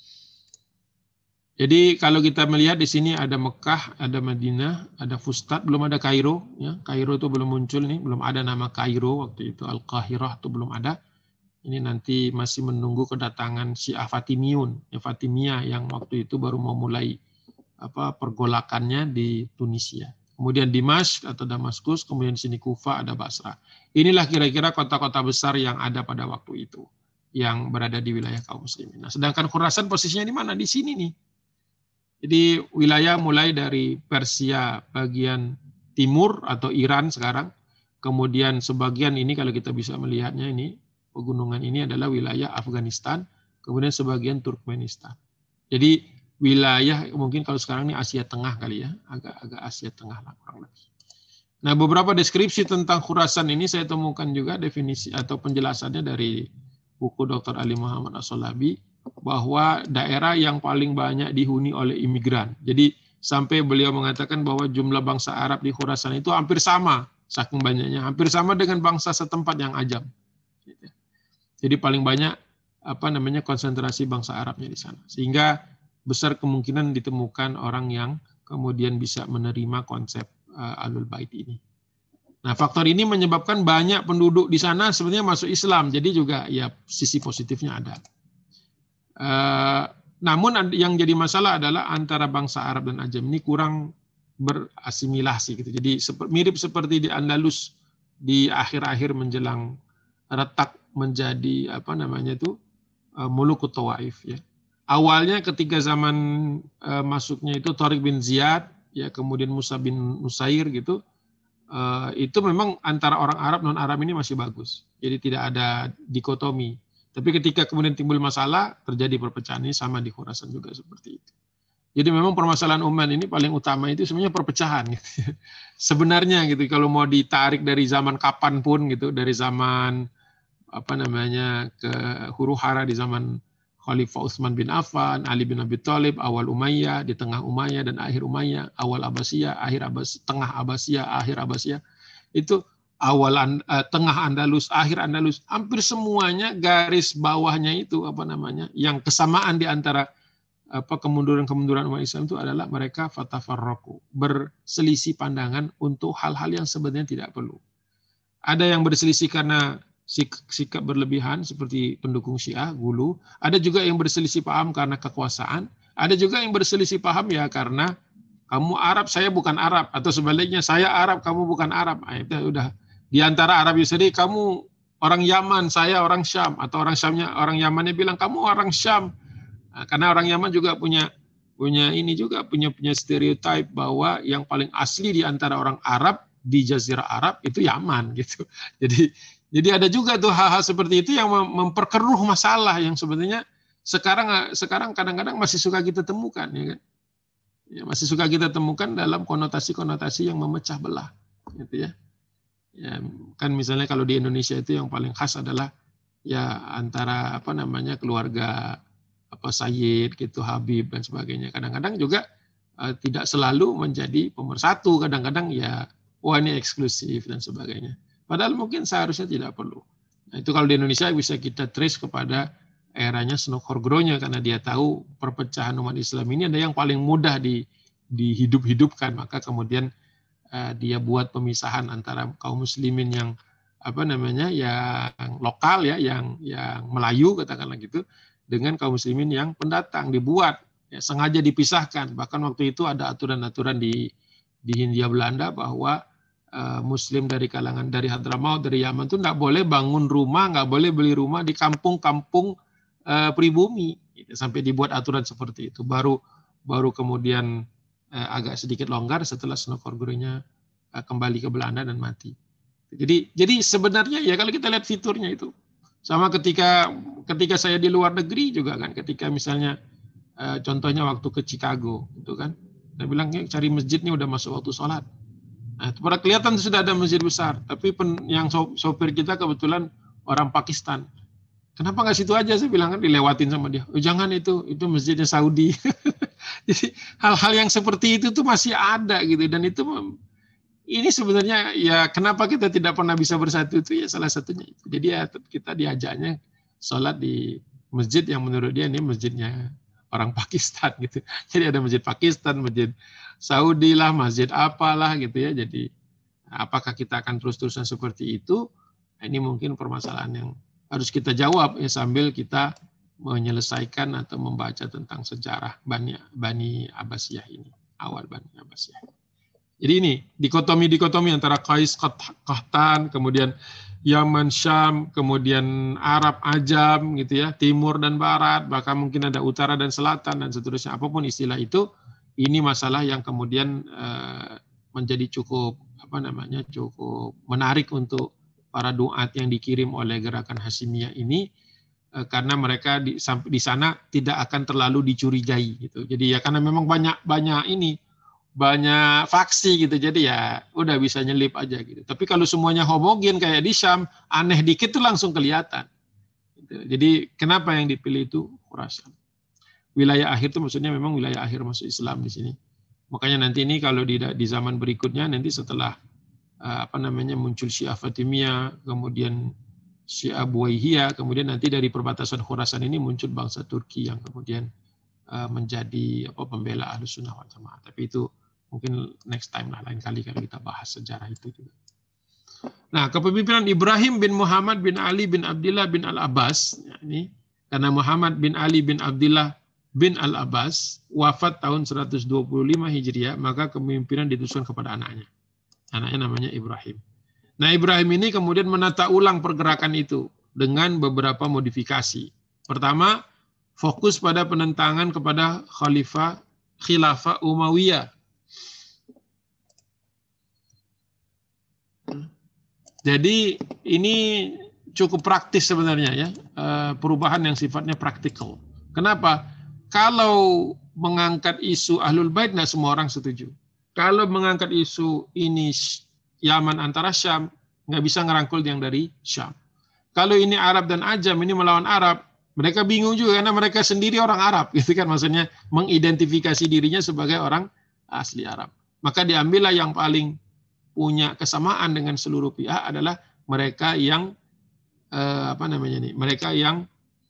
Jadi kalau kita melihat di sini ada Mekah, ada Madinah, ada Fustat, belum ada Kairo ya. Kairo itu belum muncul nih, belum ada nama Kairo waktu itu, Al-Qahirah itu belum ada. Ini nanti masih menunggu kedatangan Syiah Fatimiyun, ya Fatimiyah yang waktu itu baru mau mulai apa pergolakannya di Tunisia. Kemudian Dimashq atau Damaskus, kemudian di sini Kufa, ada Basra. Inilah kira-kira kota-kota besar yang ada pada waktu itu, yang berada di wilayah kaum muslimin. Nah, sedangkan Khurasan posisinya di mana? Di sini nih. Jadi wilayah mulai dari Persia bagian timur atau Iran sekarang, kemudian sebagian ini kalau kita bisa melihatnya ini, pegunungan ini adalah wilayah Afghanistan, kemudian sebagian Turkmenistan. Jadi wilayah mungkin kalau sekarang ini Asia Tengah kali ya, agak-agak Asia Tengah lah kurang lebih. Nah, beberapa deskripsi tentang Khurasan ini saya temukan juga definisi atau penjelasannya dari buku Doktor Ali Muhammad As-Salabi, bahwa daerah yang paling banyak dihuni oleh imigran. Jadi sampai beliau mengatakan bahwa jumlah bangsa Arab di Khurasan itu hampir sama, saking banyaknya, hampir sama dengan bangsa setempat yang Ajam. Jadi paling banyak apa namanya konsentrasi bangsa Arabnya di sana. Sehingga besar kemungkinan ditemukan orang yang kemudian bisa menerima konsep uh, Ahlul Bait ini. Nah, faktor ini menyebabkan banyak penduduk di sana sebenarnya masuk Islam. Jadi juga ya sisi positifnya ada. Uh, namun yang jadi masalah adalah antara bangsa Arab dan Ajam ini kurang berasimilasi gitu. Jadi mirip seperti di Andalus di akhir-akhir menjelang retak menjadi apa namanya itu uh, Mulukut Tawaif ya. Awalnya ketika zaman uh, masuknya itu Tariq bin Ziyad ya, kemudian Musa bin Nusair gitu, uh, itu memang antara orang Arab non Arab ini masih bagus. Jadi tidak ada dikotomi. Tapi ketika kemudian timbul masalah, terjadi perpecahan. Ini sama di Khurasan juga seperti itu. Jadi memang permasalahan umat ini paling utama itu sebenarnya perpecahan. Gitu. Sebenarnya gitu, kalau mau ditarik dari zaman kapan pun gitu, dari zaman apa namanya ke huru hara di zaman Khalifah Utsman bin Affan, Ali bin Abi Thalib, awal Umayyah, di tengah Umayyah dan akhir Umayyah, awal Abbasiyah, akhir Abbas, tengah Abbasiyah, akhir Abbasiyah. Itu awal uh, tengah Andalus, akhir Andalus, hampir semuanya garis bawahnya itu apa namanya? Yang kesamaan di antara apa kemunduran-kemunduran umat Islam itu adalah mereka fatafarraqu, berselisih pandangan untuk hal-hal yang sebenarnya tidak perlu. Ada yang berselisih karena sikap berlebihan seperti pendukung Syiah, gulu. Ada juga yang berselisih paham karena kekuasaan. Ada juga yang berselisih paham ya karena kamu Arab, saya bukan Arab. Atau sebaliknya, saya Arab, kamu bukan Arab. Nah, itu udah. Di antara Arab Yusri, kamu orang Yaman, saya orang Syam. Atau orang Syamnya, orang Yamannya bilang, kamu orang Syam. Nah, karena orang Yaman juga punya punya ini juga, punya punya stereotip bahwa yang paling asli di antara orang Arab, di Jazirah Arab, itu Yaman. Gitu. Jadi, Jadi ada juga tuh hal-hal seperti itu yang memperkeruh masalah yang sebenarnya sekarang sekarang kadang-kadang masih suka kita temukan, ya kan? Ya, masih suka kita temukan dalam konotasi-konotasi yang memecah belah, gitu ya. Ya, kan misalnya kalau di Indonesia itu yang paling khas adalah ya antara apa namanya keluarga apa Sayyid gitu, Habib dan sebagainya. Kadang-kadang juga uh, tidak selalu menjadi pemersatu, kadang-kadang ya wah ini eksklusif dan sebagainya. Padahal mungkin seharusnya tidak perlu. Nah, itu kalau di Indonesia bisa kita trace kepada eranya Senok Horgronya karena dia tahu perpecahan umat Islam ini ada yang paling mudah di dihidup-hidupkan, maka kemudian uh, dia buat pemisahan antara kaum muslimin yang apa namanya yang lokal ya, yang yang Melayu katakanlah gitu, dengan kaum muslimin yang pendatang dibuat ya, sengaja dipisahkan. Bahkan waktu itu ada aturan-aturan di di Hindia Belanda bahwa Uh, Muslim dari kalangan dari Hadramaut, dari Yaman itu nggak boleh bangun rumah, nggak boleh beli rumah di kampung-kampung uh, pribumi, gitu. Sampai dibuat aturan seperti itu. Baru baru kemudian uh, agak sedikit longgar setelah Senok Horgronya uh, kembali ke Belanda dan mati. Jadi jadi sebenarnya ya kalau kita lihat fiturnya itu sama ketika ketika saya di luar negeri juga kan, ketika misalnya uh, contohnya waktu ke Chicago, itu kan, saya bilang cari masjid nih udah masuk waktu sholat. Nah, itu pada kelihatan sudah ada masjid besar, tapi pen, yang sopir kita kebetulan orang Pakistan. Kenapa nggak situ aja? Saya bilang kan dilewatin sama dia. Oh, jangan itu, itu masjidnya Saudi. Jadi hal-hal yang seperti itu tuh masih ada gitu, dan itu ini sebenarnya ya kenapa kita tidak pernah bisa bersatu itu ya salah satunya itu. Jadi ya kita diajaknya sholat di masjid yang menurut dia ini masjidnya orang Pakistan gitu. Jadi ada masjid Pakistan, masjid Saudi lah, masjid apalah gitu ya. Jadi apakah kita akan terus-terusan seperti itu? Ini mungkin permasalahan yang harus kita jawab ya sambil kita menyelesaikan atau membaca tentang sejarah Bani Bani Abbasiyah ini, awal Bani Abbasiyah. Jadi ini dikotomi-dikotomi antara Qais Qahtan, kemudian Yaman, Syam, kemudian Arab, Ajam gitu ya, timur dan barat, bahkan mungkin ada utara dan selatan dan seterusnya. Apapun istilah itu, ini masalah yang kemudian uh, menjadi cukup apa namanya cukup menarik untuk para duat yang dikirim oleh gerakan Hasimiyah ini uh, karena mereka di, di sana tidak akan terlalu dicurigai gitu. Jadi ya karena memang banyak banyak ini banyak faksi gitu, jadi ya udah bisa nyelip aja gitu. Tapi kalau semuanya homogen kayak di Syam, aneh dikit tuh langsung kelihatan. Gitu. Jadi kenapa yang dipilih itu Khurasan? Wilayah akhir itu maksudnya memang wilayah akhir masuk Islam di sini. Makanya nanti ini kalau di, di zaman berikutnya nanti setelah uh, apa namanya muncul Syiah Fatimiyah, kemudian Syiah Buwaihiyah, kemudian nanti dari perbatasan Khurasan ini muncul bangsa Turki yang kemudian uh, menjadi apa pembela Ahlus Sunnah wal Jamaah. Tapi itu mungkin next time lah, lain kali kalau kita bahas sejarah itu juga. Nah, kepemimpinan Ibrahim bin Muhammad bin Ali bin Abdullah bin Al-Abbas, ya ini karena Muhammad bin Ali bin Abdullah bin Al-Abbas wafat tahun seratus dua puluh lima Hijriah, maka kepemimpinan diteruskan kepada anaknya. Anaknya namanya Ibrahim. Nah, Ibrahim ini kemudian menata ulang pergerakan itu dengan beberapa modifikasi. Pertama, fokus pada penentangan kepada Khalifah Khilafah Umayyah. Jadi ini cukup praktis sebenarnya ya, perubahan yang sifatnya praktikal. Kenapa? Kalau mengangkat isu Ahlul Bait nggak semua orang setuju. Kalau mengangkat isu ini Yaman antara Syam, nggak bisa ngerangkul yang dari Syam. Kalau ini Arab dan Ajam, ini melawan Arab, mereka bingung juga karena mereka sendiri orang Arab, gitu kan, maksudnya mengidentifikasi dirinya sebagai orang asli Arab. Maka diambillah yang paling punya kesamaan dengan seluruh pihak adalah mereka yang eh, apa namanya nih, mereka yang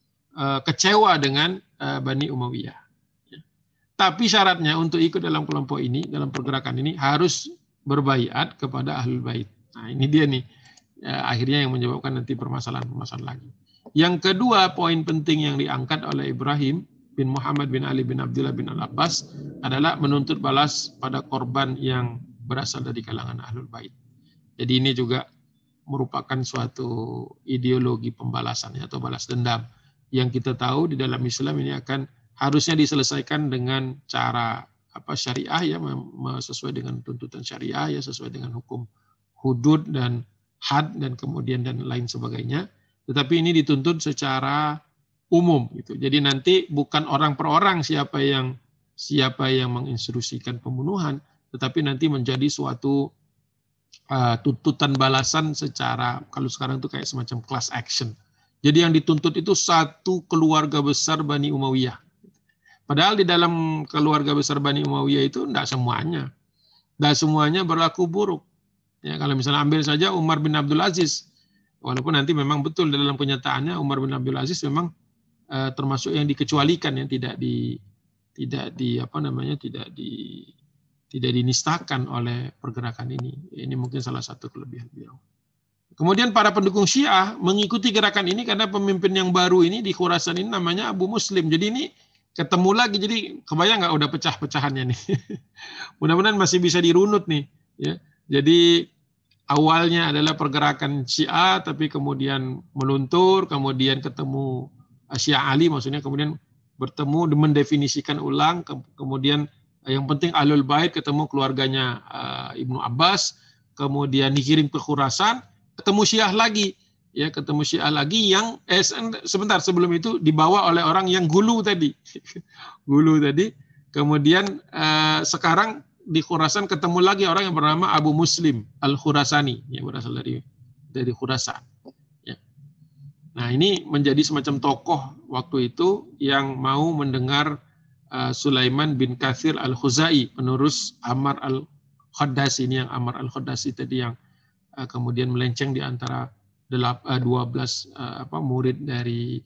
eh, kecewa dengan eh, Bani Umayyah. Ya. Tapi syaratnya untuk ikut dalam kelompok ini, dalam pergerakan ini harus berbaiat kepada Ahlul Bait. Nah ini dia nih, ya, akhirnya yang menyebabkan nanti permasalahan-permasalahan lagi. Yang kedua, poin penting yang diangkat oleh Ibrahim bin Muhammad bin Ali bin Abdullah bin Al-Abbas adalah menuntut balas pada korban yang berasal dari kalangan Ahlul Bait. Jadi ini juga merupakan suatu ideologi pembalasan atau balas dendam yang kita tahu di dalam Islam ini akan harusnya diselesaikan dengan cara apa syariah ya, sesuai dengan tuntutan syariah ya, sesuai dengan hukum hudud dan had dan kemudian dan lain sebagainya. Tetapi ini dituntut secara umum gitu. Jadi nanti bukan orang per orang siapa yang siapa yang menginstruksikan pembunuhan, tetapi nanti menjadi suatu uh, tuntutan balasan secara, kalau sekarang itu kayak semacam class action. Jadi yang dituntut itu satu keluarga besar Bani Umayyah. Padahal di dalam keluarga besar Bani Umayyah itu tidak semuanya. Tidak semuanya berlaku buruk. Ya, kalau misalnya ambil saja Umar bin Abdul Aziz. Walaupun nanti memang betul dalam kenyataannya Umar bin Abdul Aziz memang uh, termasuk yang dikecualikan, yang tidak di tidak di apa namanya tidak di tidak dinistakan oleh pergerakan ini. Ini mungkin salah satu kelebihan beliau. Kemudian para pendukung Syiah mengikuti gerakan ini karena pemimpin yang baru ini di Khurasan ini namanya Abu Muslim. Jadi ini ketemu lagi, jadi kebayang nggak udah pecah-pecahannya nih. Mudah-mudahan masih bisa dirunut nih. Ya. Jadi awalnya adalah pergerakan Syiah, tapi kemudian meluntur, kemudian ketemu Syiah Ali, maksudnya kemudian bertemu, mendefinisikan ulang, kemudian yang penting Ahlul Bait, ketemu keluarganya uh, Ibnu Abbas, kemudian dikirim ke Khurasan, ketemu Syiah lagi, ya ketemu Syiah lagi yang eh, sebentar sebelum itu dibawa oleh orang yang Gulu tadi, Gulu tadi, kemudian uh, sekarang di Khurasan ketemu lagi orang yang bernama Abu Muslim Al-Khurasani yang berasal dari dari Khurasan. Ya. Nah ini menjadi semacam tokoh waktu itu yang mau mendengar uh, Sulaiman bin Kathir Al-Khuzai, penerus Ammar Al-Khaddasi, ini yang Ammar Al-Khaddasi tadi yang uh, kemudian melenceng di antara dua belas uh, apa murid dari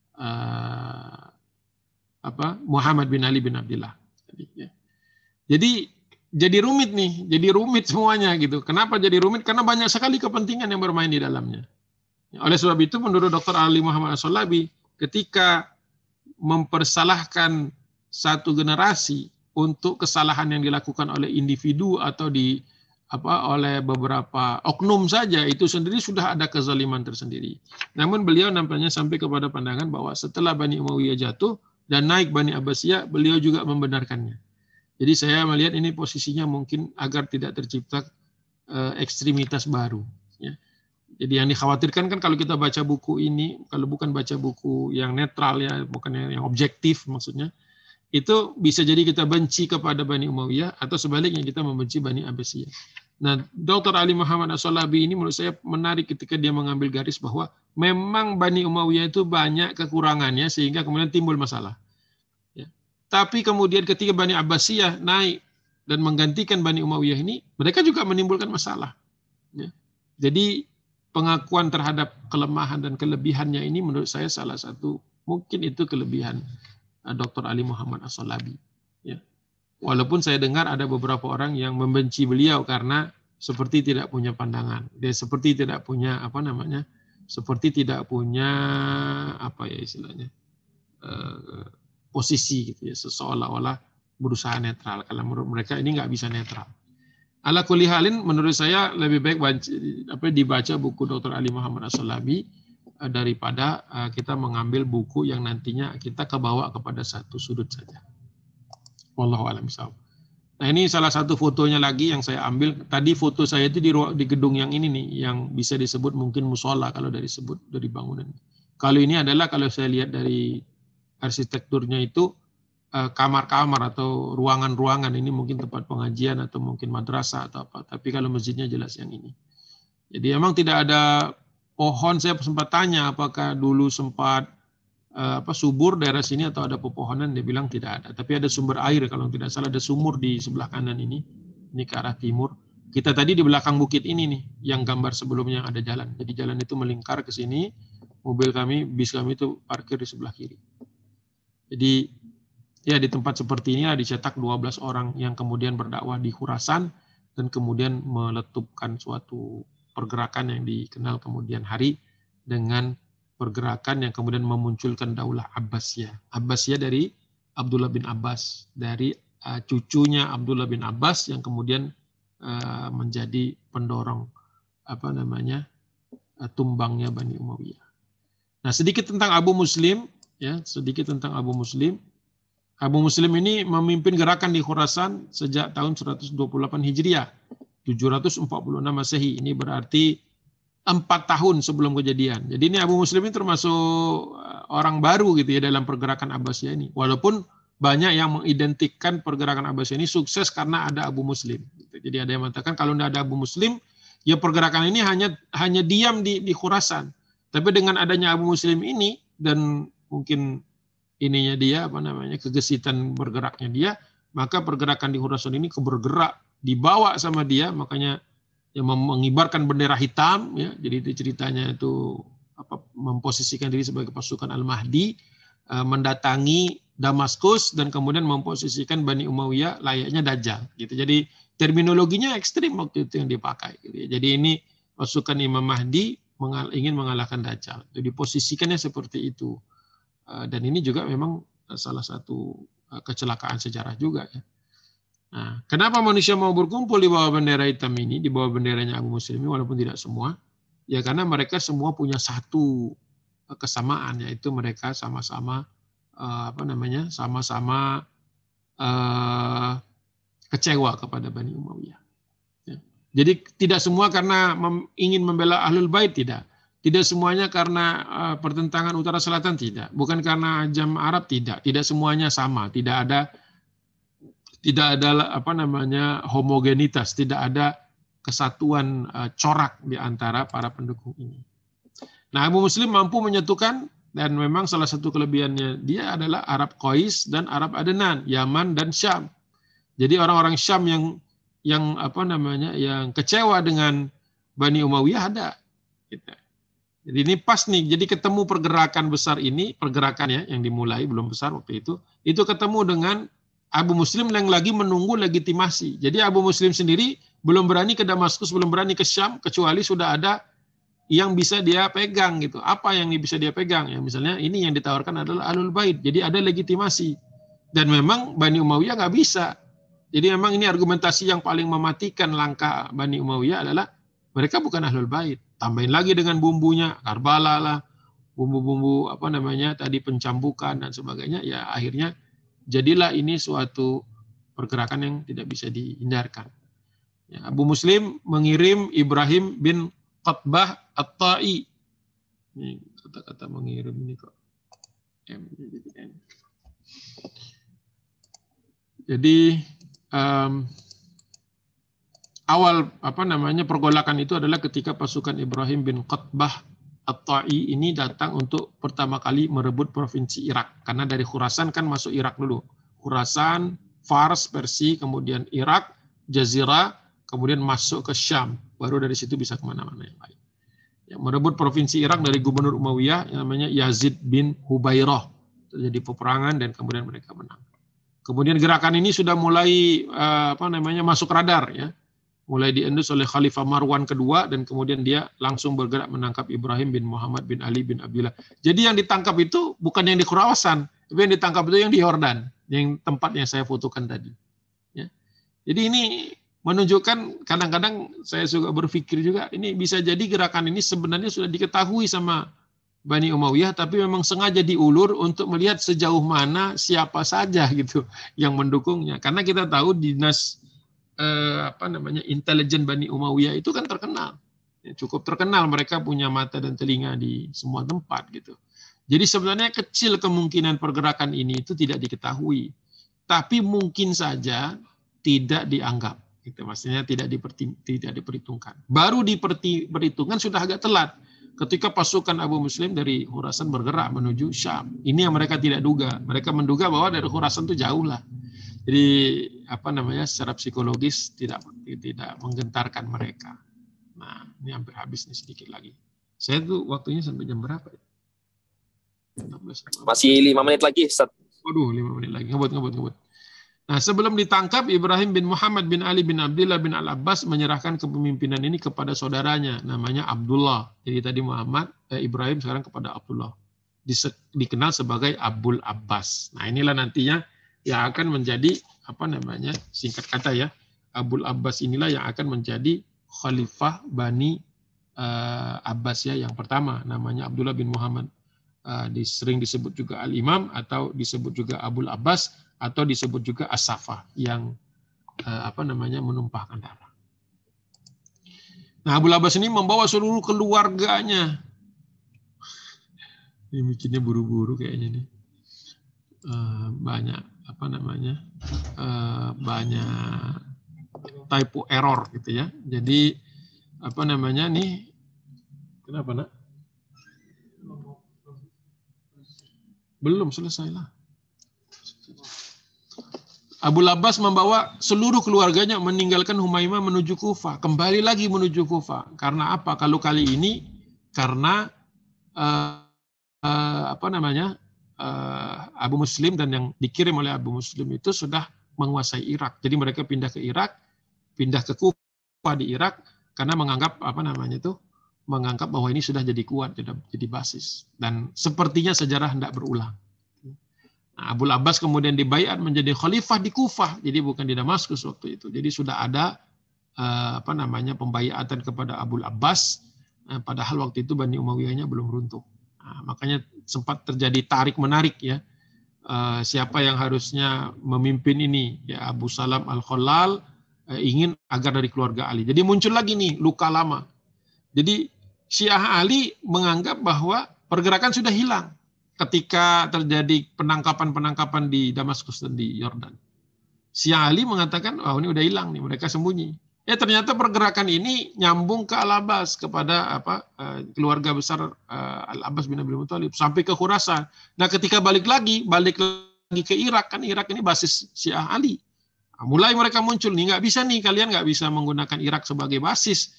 uh, apa Muhammad bin Ali bin Abdullah. Jadi, ya. jadi Jadi rumit nih, jadi rumit semuanya gitu. Kenapa jadi rumit? Karena banyak sekali kepentingan yang bermain di dalamnya. Oleh sebab itu, menurut Doktor Ali Muhammad As-Shalabi, ketika mempersalahkan satu generasi untuk kesalahan yang dilakukan oleh individu atau di apa oleh beberapa oknum saja, itu sendiri sudah ada kezaliman tersendiri. Namun beliau nampaknya sampai kepada pandangan bahwa setelah Bani Umayyah jatuh dan naik Bani Abbasiyah, beliau juga membenarkannya. Jadi saya melihat ini posisinya mungkin agar tidak tercipta uh, ekstremitas baru. Ya. Jadi yang dikhawatirkan kan kalau kita baca buku ini, kalau bukan baca buku yang netral ya, bukan yang, yang objektif maksudnya, itu bisa jadi kita benci kepada Bani Umayyah atau sebaliknya kita membenci Bani Abbasiyah. Nah, Doktor Ali Muhammad As-Shalabi ini menurut saya menarik ketika dia mengambil garis bahwa memang Bani Umayyah itu banyak kekurangannya sehingga kemudian timbul masalah. Tapi kemudian ketika Bani Abbasiyah naik dan menggantikan Bani Umayyah ini, mereka juga menimbulkan masalah. Ya. Jadi pengakuan terhadap kelemahan dan kelebihannya ini menurut saya salah satu, mungkin itu kelebihan Doktor Ali Muhammad As-Shalabi. Ya. Walaupun saya dengar ada beberapa orang yang membenci beliau karena seperti tidak punya pandangan. Dia seperti tidak punya apa namanya, seperti tidak punya apa ya istilahnya, uh, posisi gitu ya, seolah-olah berusaha netral. Kalau menurut mereka ini nggak bisa netral. Ala kulli halin menurut saya lebih baik baca, apa, dibaca buku Doktor Ali Muhammad As-Shalabi daripada kita mengambil buku yang nantinya kita kebawa kepada satu sudut saja. Wallahu a'lam bishawab. Nah ini salah satu fotonya lagi yang saya ambil. Tadi foto saya itu di, di gedung yang ini nih, yang bisa disebut mungkin musola kalau dari sebut dari bangunan. Kalau ini adalah kalau saya lihat dari arsitekturnya itu kamar-kamar atau ruangan-ruangan, ini mungkin tempat pengajian atau mungkin madrasah atau apa. Tapi kalau masjidnya jelas yang ini. Jadi memang tidak ada pohon, saya sempat tanya apakah dulu sempat uh, apa subur daerah sini atau ada pepohonan, dia bilang tidak ada. Tapi ada sumber air, kalau tidak salah ada sumur di sebelah kanan ini, ini ke arah timur. Kita tadi di belakang bukit ini nih, yang gambar sebelumnya ada jalan. Jadi jalan itu melingkar ke sini, mobil kami, bis kami itu parkir di sebelah kiri. Jadi ya di tempat seperti ini dicetak dua belas orang yang kemudian berdakwah di Khurasan dan kemudian meletupkan suatu pergerakan yang dikenal kemudian hari dengan pergerakan yang kemudian memunculkan Daulah Abbasiyah. Abbasiyah dari Abdullah bin Abbas, dari uh, cucunya Abdullah bin Abbas yang kemudian uh, menjadi pendorong apa namanya uh, tumbangnya Bani Umayyah. Nah, sedikit tentang Abu Muslim, ya, sedikit tentang Abu Muslim. Abu Muslim ini memimpin gerakan di Khurasan sejak tahun seratus dua puluh delapan Hijriah, tujuh ratus empat puluh enam Masehi. Ini berarti empat tahun sebelum kejadian. Jadi ini Abu Muslim ini termasuk orang baru gitu ya dalam pergerakan Abbasiyah ini. Walaupun banyak yang mengidentikan pergerakan Abbasiyah ini sukses karena ada Abu Muslim. Jadi ada yang mengatakan kalau tidak ada Abu Muslim, ya pergerakan ini hanya hanya diam di, di Khurasan. Tapi dengan adanya Abu Muslim ini dan mungkin ininya dia apa namanya kegesitan bergeraknya dia, maka pergerakan di Khurasan ini kebergerak dibawa sama dia, makanya yang mengibarkan bendera hitam ya. Jadi itu ceritanya itu apa memposisikan diri sebagai pasukan Al-Mahdi mendatangi Damaskus dan kemudian memposisikan Bani Umayyah layaknya Dajjal gitu. Jadi terminologinya ekstrim waktu itu yang dipakai gitu ya. Jadi ini pasukan Imam Mahdi mengal- ingin mengalahkan Dajjal. Jadi posisikannya seperti itu. Dan ini juga memang salah satu kecelakaan sejarah juga ya. Nah, kenapa manusia mau berkumpul di bawah bendera hitam ini, di bawah benderanya Abu Muslim walaupun tidak semua? Ya karena mereka semua punya satu kesamaan, yaitu mereka sama-sama apa namanya, sama-sama uh, kecewa kepada Bani Umayyah. Ya. Jadi tidak semua karena mem- ingin membela Ahlul Bait, tidak. Tidak semuanya karena uh, pertentangan utara selatan, tidak. Bukan karena jam Arab, tidak. Tidak semuanya sama. Tidak ada tidak ada apa namanya homogenitas, tidak ada kesatuan uh, corak di antara para pendukung ini. Nah, Abu Muslim mampu menyatukan dan memang salah satu kelebihannya dia adalah Arab Qais dan Arab Adnan, Yaman dan Syam. Jadi orang-orang Syam yang yang apa namanya yang kecewa dengan Bani Umayyah ada. Gitu. Jadi ini pas nih, jadi ketemu pergerakan besar ini, pergerakannya yang dimulai belum besar waktu itu, itu ketemu dengan Abu Muslim yang lagi menunggu legitimasi. Jadi Abu Muslim sendiri belum berani ke Damaskus, belum berani ke Syam, kecuali sudah ada yang bisa dia pegang gitu. Apa yang bisa dia pegang? Ya misalnya ini yang ditawarkan adalah Ahlul Bait. Jadi ada legitimasi. Dan memang Bani Umayyah nggak bisa. Jadi memang ini argumentasi yang paling mematikan langkah Bani Umayyah adalah mereka bukan Ahlul Bait. Tambahin lagi dengan bumbunya, Karbala lah, bumbu-bumbu apa namanya tadi pencambukan dan sebagainya. Ya akhirnya jadilah ini suatu pergerakan yang tidak bisa dihindarkan. Ya, Abu Muslim mengirim Ibrahim bin Qatbah At-Ta'i. Ini kata-kata mengirim ini kok. M, M. Jadi um, awal apa namanya pergolakan itu adalah ketika pasukan Ibrahim bin Qatbah At-Ta'i ini datang untuk pertama kali merebut provinsi Irak. Karena dari Khurasan kan masuk Irak dulu. Khurasan, Fars, Persia, kemudian Irak, Jazirah, kemudian masuk ke Syam. Baru dari situ bisa kemana-mana yang lain. Ya, merebut provinsi Irak dari gubernur Umayyah yang namanya Yazid bin Hubairah. Terjadi peperangan dan kemudian mereka menang. Kemudian gerakan ini sudah mulai uh, apa namanya masuk radar ya. Mulai diendus oleh Khalifah Marwan kedua dan kemudian dia langsung bergerak menangkap Ibrahim bin Muhammad bin Ali bin Abdullah. Jadi yang ditangkap itu bukan yang di Khurasan, tapi yang ditangkap itu yang di Yordan, yang tempat yang saya fotokan tadi. Ya. Jadi ini menunjukkan kadang-kadang saya suka berpikir juga ini bisa jadi gerakan ini sebenarnya sudah diketahui sama Bani Umayyah tapi memang sengaja diulur untuk melihat sejauh mana siapa saja gitu yang mendukungnya. Karena kita tahu dinas Eh, apa namanya intelijen Bani Umayyah itu kan terkenal, ya, cukup terkenal, mereka punya mata dan telinga di semua tempat gitu. Jadi sebenarnya kecil kemungkinan pergerakan ini itu tidak diketahui, tapi mungkin saja tidak dianggap, gitu. Maksudnya tidak diperti, tidak diperhitungkan. Baru diperhitungkan sudah agak telat. ketika pasukan Abu Muslim dari Khurasan bergerak menuju Syam. Ini yang mereka tidak duga. Mereka menduga bahwa dari Khurasan itu jauh lah. Jadi apa namanya secara psikologis tidak tidak menggentarkan mereka. Nah, ini hampir habis nih sedikit lagi. Saya tuh waktunya sampai jam berapa ya? Masih lima menit lagi, Ustaz. Waduh, lima menit lagi. Ngebut, ngebut, ngebut. Nah, sebelum ditangkap, Ibrahim bin Muhammad bin Ali bin Abdullah bin Al-Abbas menyerahkan kepemimpinan ini kepada saudaranya, namanya Abdullah. Jadi tadi Muhammad, eh, Ibrahim sekarang kepada Abdullah. Dikenal sebagai Abul Abbas. Nah, inilah nantinya yang akan menjadi apa namanya singkat kata ya, Abul Abbas inilah yang akan menjadi Khalifah Bani uh, Abbas ya yang pertama, namanya Abdullah bin Muhammad. Uh, sering disebut juga Al-Imam atau disebut juga Abul Abbas atau disebut juga As-Safa yang uh, apa namanya menumpahkan darah. Nah, Abul Abbas ini membawa seluruh keluarganya. Ini bikinnya buru-buru kayaknya nih. Uh, banyak apa namanya? Uh, banyak typo error gitu ya. Jadi apa namanya nih? Kenapa nak? Belum selesai lah. Abu Abbas membawa seluruh keluarganya meninggalkan Humaimah menuju Kufah, kembali lagi menuju Kufah. Karena apa? Kalau kali ini karena uh, uh, apa namanya uh, Abu Muslim dan yang dikirim oleh Abu Muslim itu sudah menguasai Irak. Jadi mereka pindah ke Irak, pindah ke Kufah di Irak karena menganggap apa namanya itu menganggap bahwa ini sudah jadi kuat, sudah jadi basis. Dan sepertinya sejarah hendak berulang. Nah, Abu Abbas kemudian dibaiat menjadi khalifah di Kufah, jadi bukan di Damaskus waktu itu. Jadi sudah ada uh, apa namanya pembaiatan kepada Abu Abbas, uh, padahal waktu itu Bani Umayyahnya belum runtuh. Nah, makanya sempat terjadi tarik menarik ya. Uh, siapa yang harusnya memimpin ini? Ya Abu Salam Al-Khalal uh, ingin agar dari keluarga Ali. Jadi muncul lagi nih luka lama. Jadi Syiah Ali menganggap bahwa pergerakan sudah hilang ketika terjadi penangkapan-penangkapan di Damaskus dan di Yordan. Syiah Ali mengatakan, oh ini udah hilang nih, mereka sembunyi. Ya ternyata pergerakan ini nyambung ke Al-Abbas, kepada apa keluarga besar Al-Abbas bin Abdul Muthalib sampai ke Khurasan. Nah ketika balik lagi, balik lagi ke Irak, kan Irak ini basis Syiah Ali. Nah, mulai mereka muncul nih, nggak bisa nih, kalian nggak bisa menggunakan Irak sebagai basis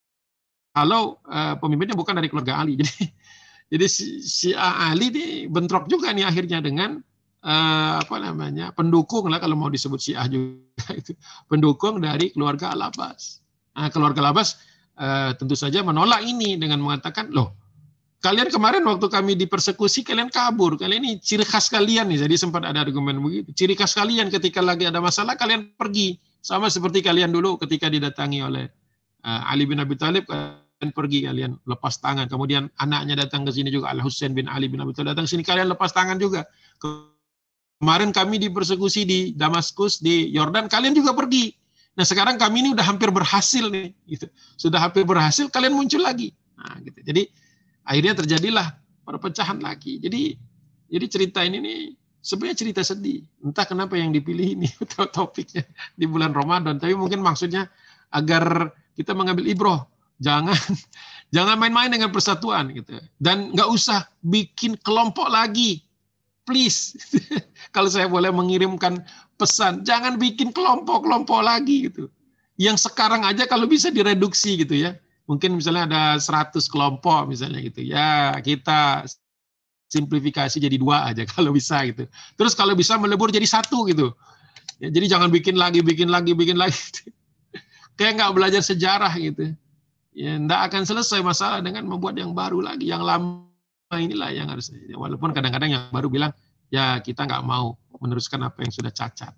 kalau uh, pemimpinnya bukan dari keluarga Ali. Jadi jadi Syiah Ali ini bentrok juga nih akhirnya dengan uh, apa namanya pendukung lah kalau mau disebut Syiah juga itu pendukung dari keluarga Al-Abbas. Nah, keluarga Al-Abbas uh, tentu saja menolak ini dengan mengatakan, loh kalian kemarin waktu kami dipersekusi kalian kabur, kalian ini ciri khas kalian nih. Jadi sempat ada argumen begitu. Ciri khas kalian ketika lagi ada masalah kalian pergi, sama seperti kalian dulu ketika didatangi oleh uh, Ali bin Abi Thalib. Pergi kalian lepas tangan, kemudian anaknya datang ke sini juga, Al Husain bin Ali bin Abi Thalib datang ke sini, kalian lepas tangan juga. Kemarin kami dipersekusi di Damaskus, di Yordan, kalian juga pergi. Nah sekarang kami ini udah hampir berhasil nih, gitu. Sudah hampir berhasil, kalian muncul lagi. Nah, gitu. Jadi akhirnya terjadilah perpecahan lagi. Jadi jadi cerita ini nih sebenarnya cerita sedih. Entah kenapa yang dipilih ini topiknya di bulan Ramadan, tapi mungkin maksudnya agar kita mengambil ibroh. Jangan jangan main-main dengan persatuan gitu. Dan nggak usah bikin kelompok lagi. Please. Kalau saya boleh mengirimkan pesan, jangan bikin kelompok-kelompok lagi gitu. Yang sekarang aja kalau bisa direduksi gitu ya. Mungkin misalnya ada seratus kelompok misalnya gitu. Ya, kita simplifikasi jadi dua aja kalau bisa gitu. Terus kalau bisa melebur jadi satu gitu. Ya, jadi jangan bikin lagi, bikin lagi, bikin lagi. Kayak nggak belajar sejarah gitu. Ya, tidak akan selesai masalah dengan membuat yang baru lagi. Yang lama inilah yang harus, walaupun kadang-kadang yang baru bilang, ya kita nggak mau meneruskan apa yang sudah cacat.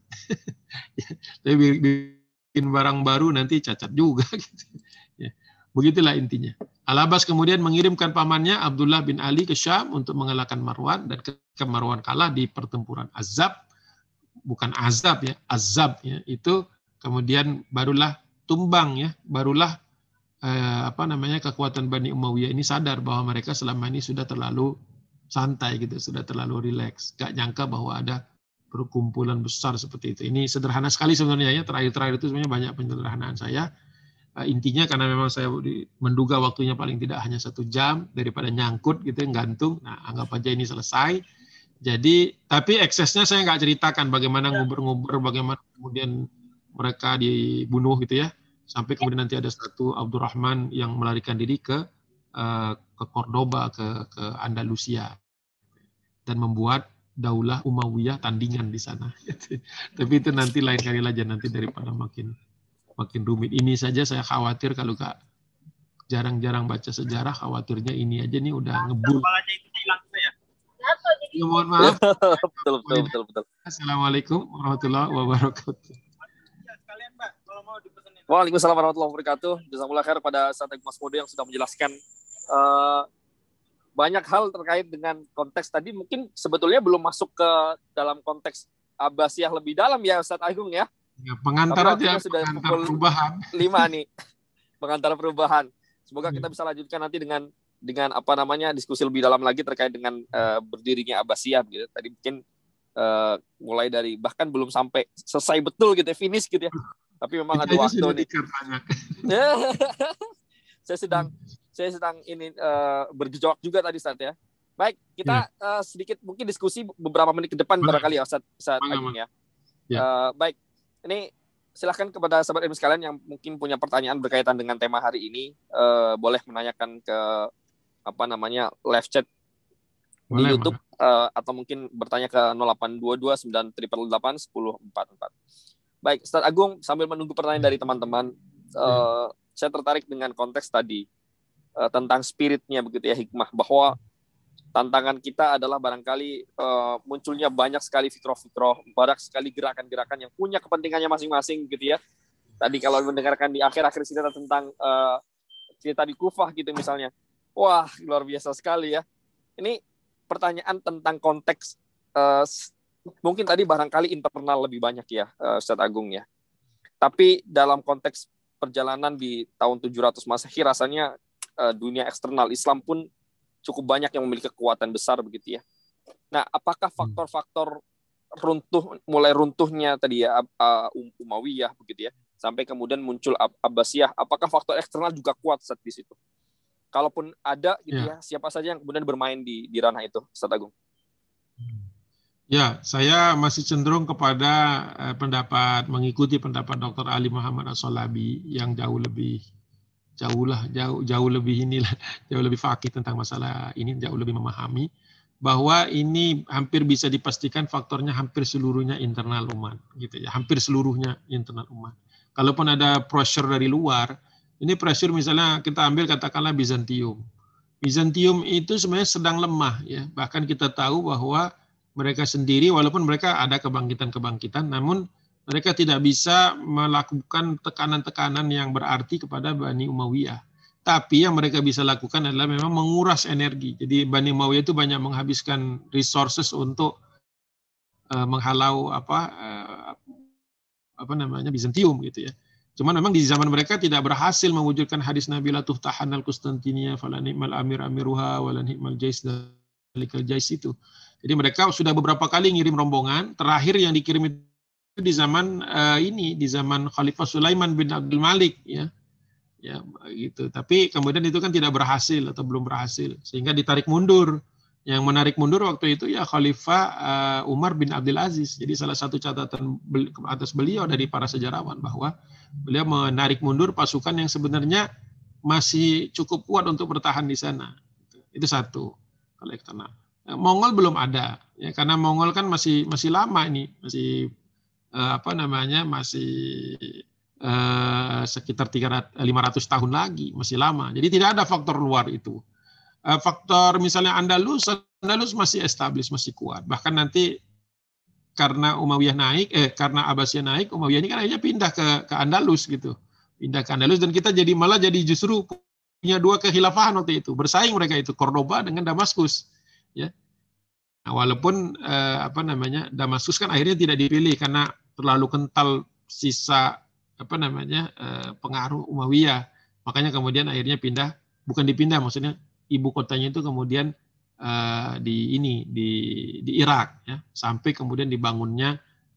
Tapi bikin barang baru nanti cacat juga. Gitu. Ya, begitulah intinya. Al-Abbas kemudian mengirimkan pamannya Abdullah bin Ali ke Syam untuk mengalahkan Marwan, dan ketika Marwan kalah di pertempuran Azab, bukan Azab ya, Azab ya, itu kemudian barulah tumbang ya, barulah Eh, apa namanya kekuatan Bani Umayyah ini sadar bahwa mereka selama ini sudah terlalu santai gitu, sudah terlalu rileks, gak nyangka bahwa ada perkumpulan besar seperti itu. Ini sederhana sekali sebenarnya ya, terakhir-terakhir itu sebenarnya banyak penyederhanaan saya. Uh, intinya karena memang saya menduga waktunya paling tidak hanya satu jam daripada nyangkut gitu gantung. Nah, anggap aja ini selesai. Jadi, tapi eksesnya saya nggak ceritakan bagaimana nguber-nguber, bagaimana kemudian mereka dibunuh gitu ya. Sampai kemudian nanti ada satu Abdurrahman yang melarikan diri ke uh, ke Cordoba, ke ke Andalusia dan membuat Daulah Umayyah tandingan di sana. Tapi itu nanti lain kali aja nanti daripada makin makin rumit. Ini saja saya khawatir kalau Kak jarang-jarang baca sejarah, khawatirnya ini aja nih udah ngebul. Kepalanya itu hilang ya. Ya, mohon maaf. betul, betul, betul, betul. Assalamualaikum warahmatullahi wabarakatuh. Sekalian Mbak, kalau mau dipesenin. Waalaikumsalam warahmatullahi wabarakatuh. Jazakumullah khair pada Ustaz Mas Modo yang sudah menjelaskan uh, banyak hal terkait dengan konteks tadi. Mungkin sebetulnya belum masuk ke dalam konteks Abbasiyah lebih dalam ya Ustaz Agung ya. Ya, pengantar aja, sudah pengantar perubahan. Lima nih, pengantar perubahan. Semoga kita bisa lanjutkan nanti dengan dengan apa namanya diskusi lebih dalam lagi terkait dengan uh, berdirinya Abbasiyah gitu. Tadi mungkin uh, mulai dari bahkan belum sampai selesai betul gitu, finish gitu ya. Tapi memang ada waktu nih. saya sedang saya sedang ini uh, bergejolak juga tadi Ustaz ya. Baik, kita ya. uh, sedikit mungkin diskusi beberapa menit ke depan Mana? barangkali ya Ustaz, Ustaz Agung ya. ya. Uh, baik. Ini silahkan kepada sahabat ilmu sekalian yang mungkin punya pertanyaan berkaitan dengan tema hari ini, uh, boleh menanyakan ke apa namanya live chat boleh, di YouTube uh, atau mungkin bertanya ke nol delapan dua dua sembilan delapan delapan satu nol empat empat. Baik, Ustaz Agung, sambil menunggu pertanyaan dari teman-teman, uh, ya. saya tertarik dengan konteks tadi uh, tentang spiritnya begitu ya, hikmah, bahwa tantangan kita adalah barangkali uh, munculnya banyak sekali fikroh-fikroh, banyak sekali gerakan-gerakan yang punya kepentingannya masing-masing gitu ya. Tadi kalau mendengarkan di akhir-akhir cerita tentang uh, cerita di Kufah gitu misalnya. Wah, luar biasa sekali ya. Ini pertanyaan tentang konteks, uh, mungkin tadi barangkali internal lebih banyak ya, uh, Ustaz Agung ya. Tapi dalam konteks perjalanan di tahun tujuh ratus Masehi rasanya uh, dunia eksternal Islam pun cukup banyak yang memiliki kekuatan besar begitu ya. Nah, apakah faktor-faktor runtuh, mulai runtuhnya tadi ya uh, Umayyah begitu ya, sampai kemudian muncul Abbasiyah, apakah faktor eksternal juga kuat saat di situ? Kalaupun ada gitu ya, ya siapa saja yang kemudian bermain di di ranah itu, Ustaz Agung? Ya, saya masih cenderung kepada eh, pendapat mengikuti pendapat Doktor Ali Muhammad As-Shalabi yang jauh lebih jauh lah jauh jauh lebih inilah jauh lebih fakih tentang masalah ini, jauh lebih memahami bahwa ini hampir bisa dipastikan faktornya hampir seluruhnya internal umat gitu ya, hampir seluruhnya internal umat. Kalaupun ada pressure dari luar, ini pressure misalnya kita ambil katakanlah Bizantium. Bizantium itu sebenarnya sedang lemah ya, bahkan kita tahu bahwa mereka sendiri walaupun mereka ada kebangkitan-kebangkitan, namun mereka tidak bisa melakukan tekanan-tekanan yang berarti kepada Bani Umayyah. Tapi yang mereka bisa lakukan adalah memang menguras energi. Jadi Bani Umayyah itu banyak menghabiskan resources untuk uh, menghalau apa uh, apa namanya Bizantium gitu ya. Cuman memang di zaman mereka tidak berhasil mewujudkan hadis Nabi la tuftahan al-Qustantiniyah fala ni'mal amir amiruha wala ni'mal jais dalikal jais itu. Jadi mereka sudah beberapa kali ngirim rombongan, terakhir yang dikirim itu di zaman uh, ini di zaman Khalifah Sulaiman bin Abdul Malik ya ya gitu, tapi kemudian itu kan tidak berhasil atau belum berhasil sehingga ditarik mundur. Yang menarik mundur waktu itu ya Khalifah uh, Umar bin Abdul Aziz. Jadi salah satu catatan beli, atas beliau dari para sejarawan bahwa beliau menarik mundur pasukan yang sebenarnya masih cukup kuat untuk bertahan di sana. Itu satu kalau eksternal. Mongol belum ada ya, karena Mongol kan masih masih lama ini, masih apa namanya masih uh, sekitar lima ratus tahun lagi, masih lama. Jadi tidak ada faktor luar itu. Uh, faktor misalnya Andalus, Andalus masih established, masih kuat. Bahkan nanti karena Umayyah naik, eh karena Abbasiyah naik, Umayyah ini kan akhirnya pindah ke ke Andalus gitu, pindah ke Andalus dan kita jadi malah jadi justru punya dua kekhilafahan waktu itu, bersaing mereka itu Cordoba dengan Damaskus, ya. Nah, walaupun eh, apa namanya Damaskus kan akhirnya tidak dipilih karena terlalu kental sisa apa namanya eh, pengaruh Umayyah, makanya kemudian akhirnya pindah, bukan dipindah maksudnya ibu kotanya itu kemudian eh, di ini di di Irak ya, sampai kemudian dibangunnya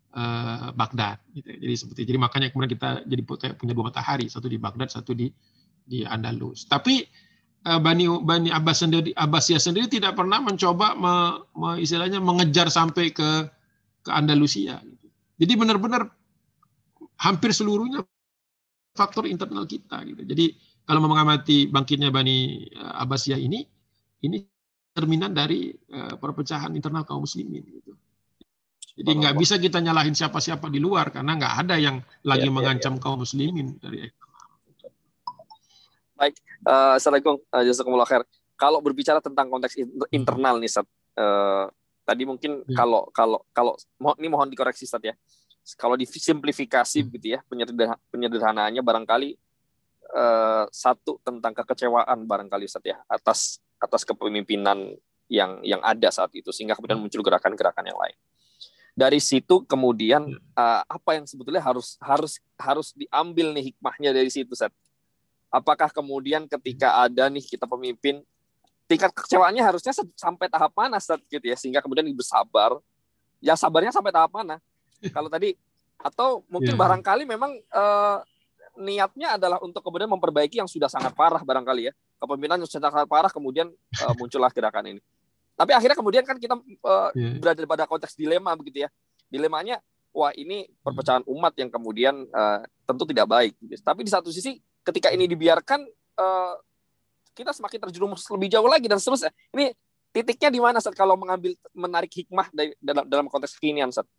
uh, Baghdad. Gitu. Jadi seperti jadi makanya kemudian kita jadi punya dua matahari, satu di Baghdad, satu di di Andalus. Tapi uh, Bani Bani Abbas sendiri, Abbasiyah sendiri tidak pernah mencoba me, me, istilahnya mengejar sampai ke ke Andalusia. Gitu. Jadi benar-benar hampir seluruhnya faktor internal kita. Gitu. Jadi kalau mengamati bangkitnya Bani Abbasiyah ini, ini cerminan dari uh, perpecahan internal kaum muslimin. Gitu. Jadi nggak bisa kita nyalahin siapa-siapa di luar karena nggak ada yang lagi ya, mengancam ya, ya. kaum muslimin dari eksternal. Baik, uh, Assalamualaikum, uh, jazakumullah khair. Kalau berbicara tentang konteks internal nih, Ustaz, uh, tadi mungkin ya. kalau kalau kalau ini mohon dikoreksi, Ustaz ya. Kalau disimplifikasi hmm. gitu ya, penyederhana, penyederhanaannya barangkali uh, satu tentang kekecewaan barangkali Ustaz ya atas atas kepemimpinan yang yang ada saat itu sehingga kemudian muncul gerakan-gerakan yang lain. Dari situ kemudian uh, apa yang sebetulnya harus harus harus diambil nih hikmahnya dari situ, Ustaz. Apakah kemudian ketika ada nih kita pemimpin, tingkat kekecewaannya harusnya sampai tahap mana, Ustaz, gitu ya, sehingga kemudian bersabar. Ya sabarnya sampai tahap mana? Kalau tadi atau mungkin yeah. barangkali memang uh, niatnya adalah untuk kemudian memperbaiki yang sudah sangat parah barangkali ya. Kepemimpinan yang sudah sangat parah kemudian uh, muncullah gerakan ini. Tapi akhirnya kemudian kan kita uh, yeah. berada pada konteks dilema begitu ya. Dilemanya, wah ini perpecahan umat yang kemudian uh, tentu tidak baik. Tapi di satu sisi ketika ini dibiarkan uh, kita semakin terjerumus lebih jauh lagi dan seterusnya. Ini titiknya di mana Ustaz kalau mengambil menarik hikmah dari, dalam dalam konteks kekinian, Ustaz?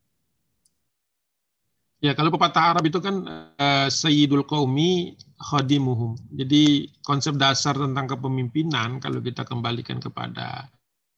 Ya, kalau pepatah Arab itu kan uh, Sayyidul Qaumi khadimuhum. Jadi konsep dasar tentang kepemimpinan kalau kita kembalikan kepada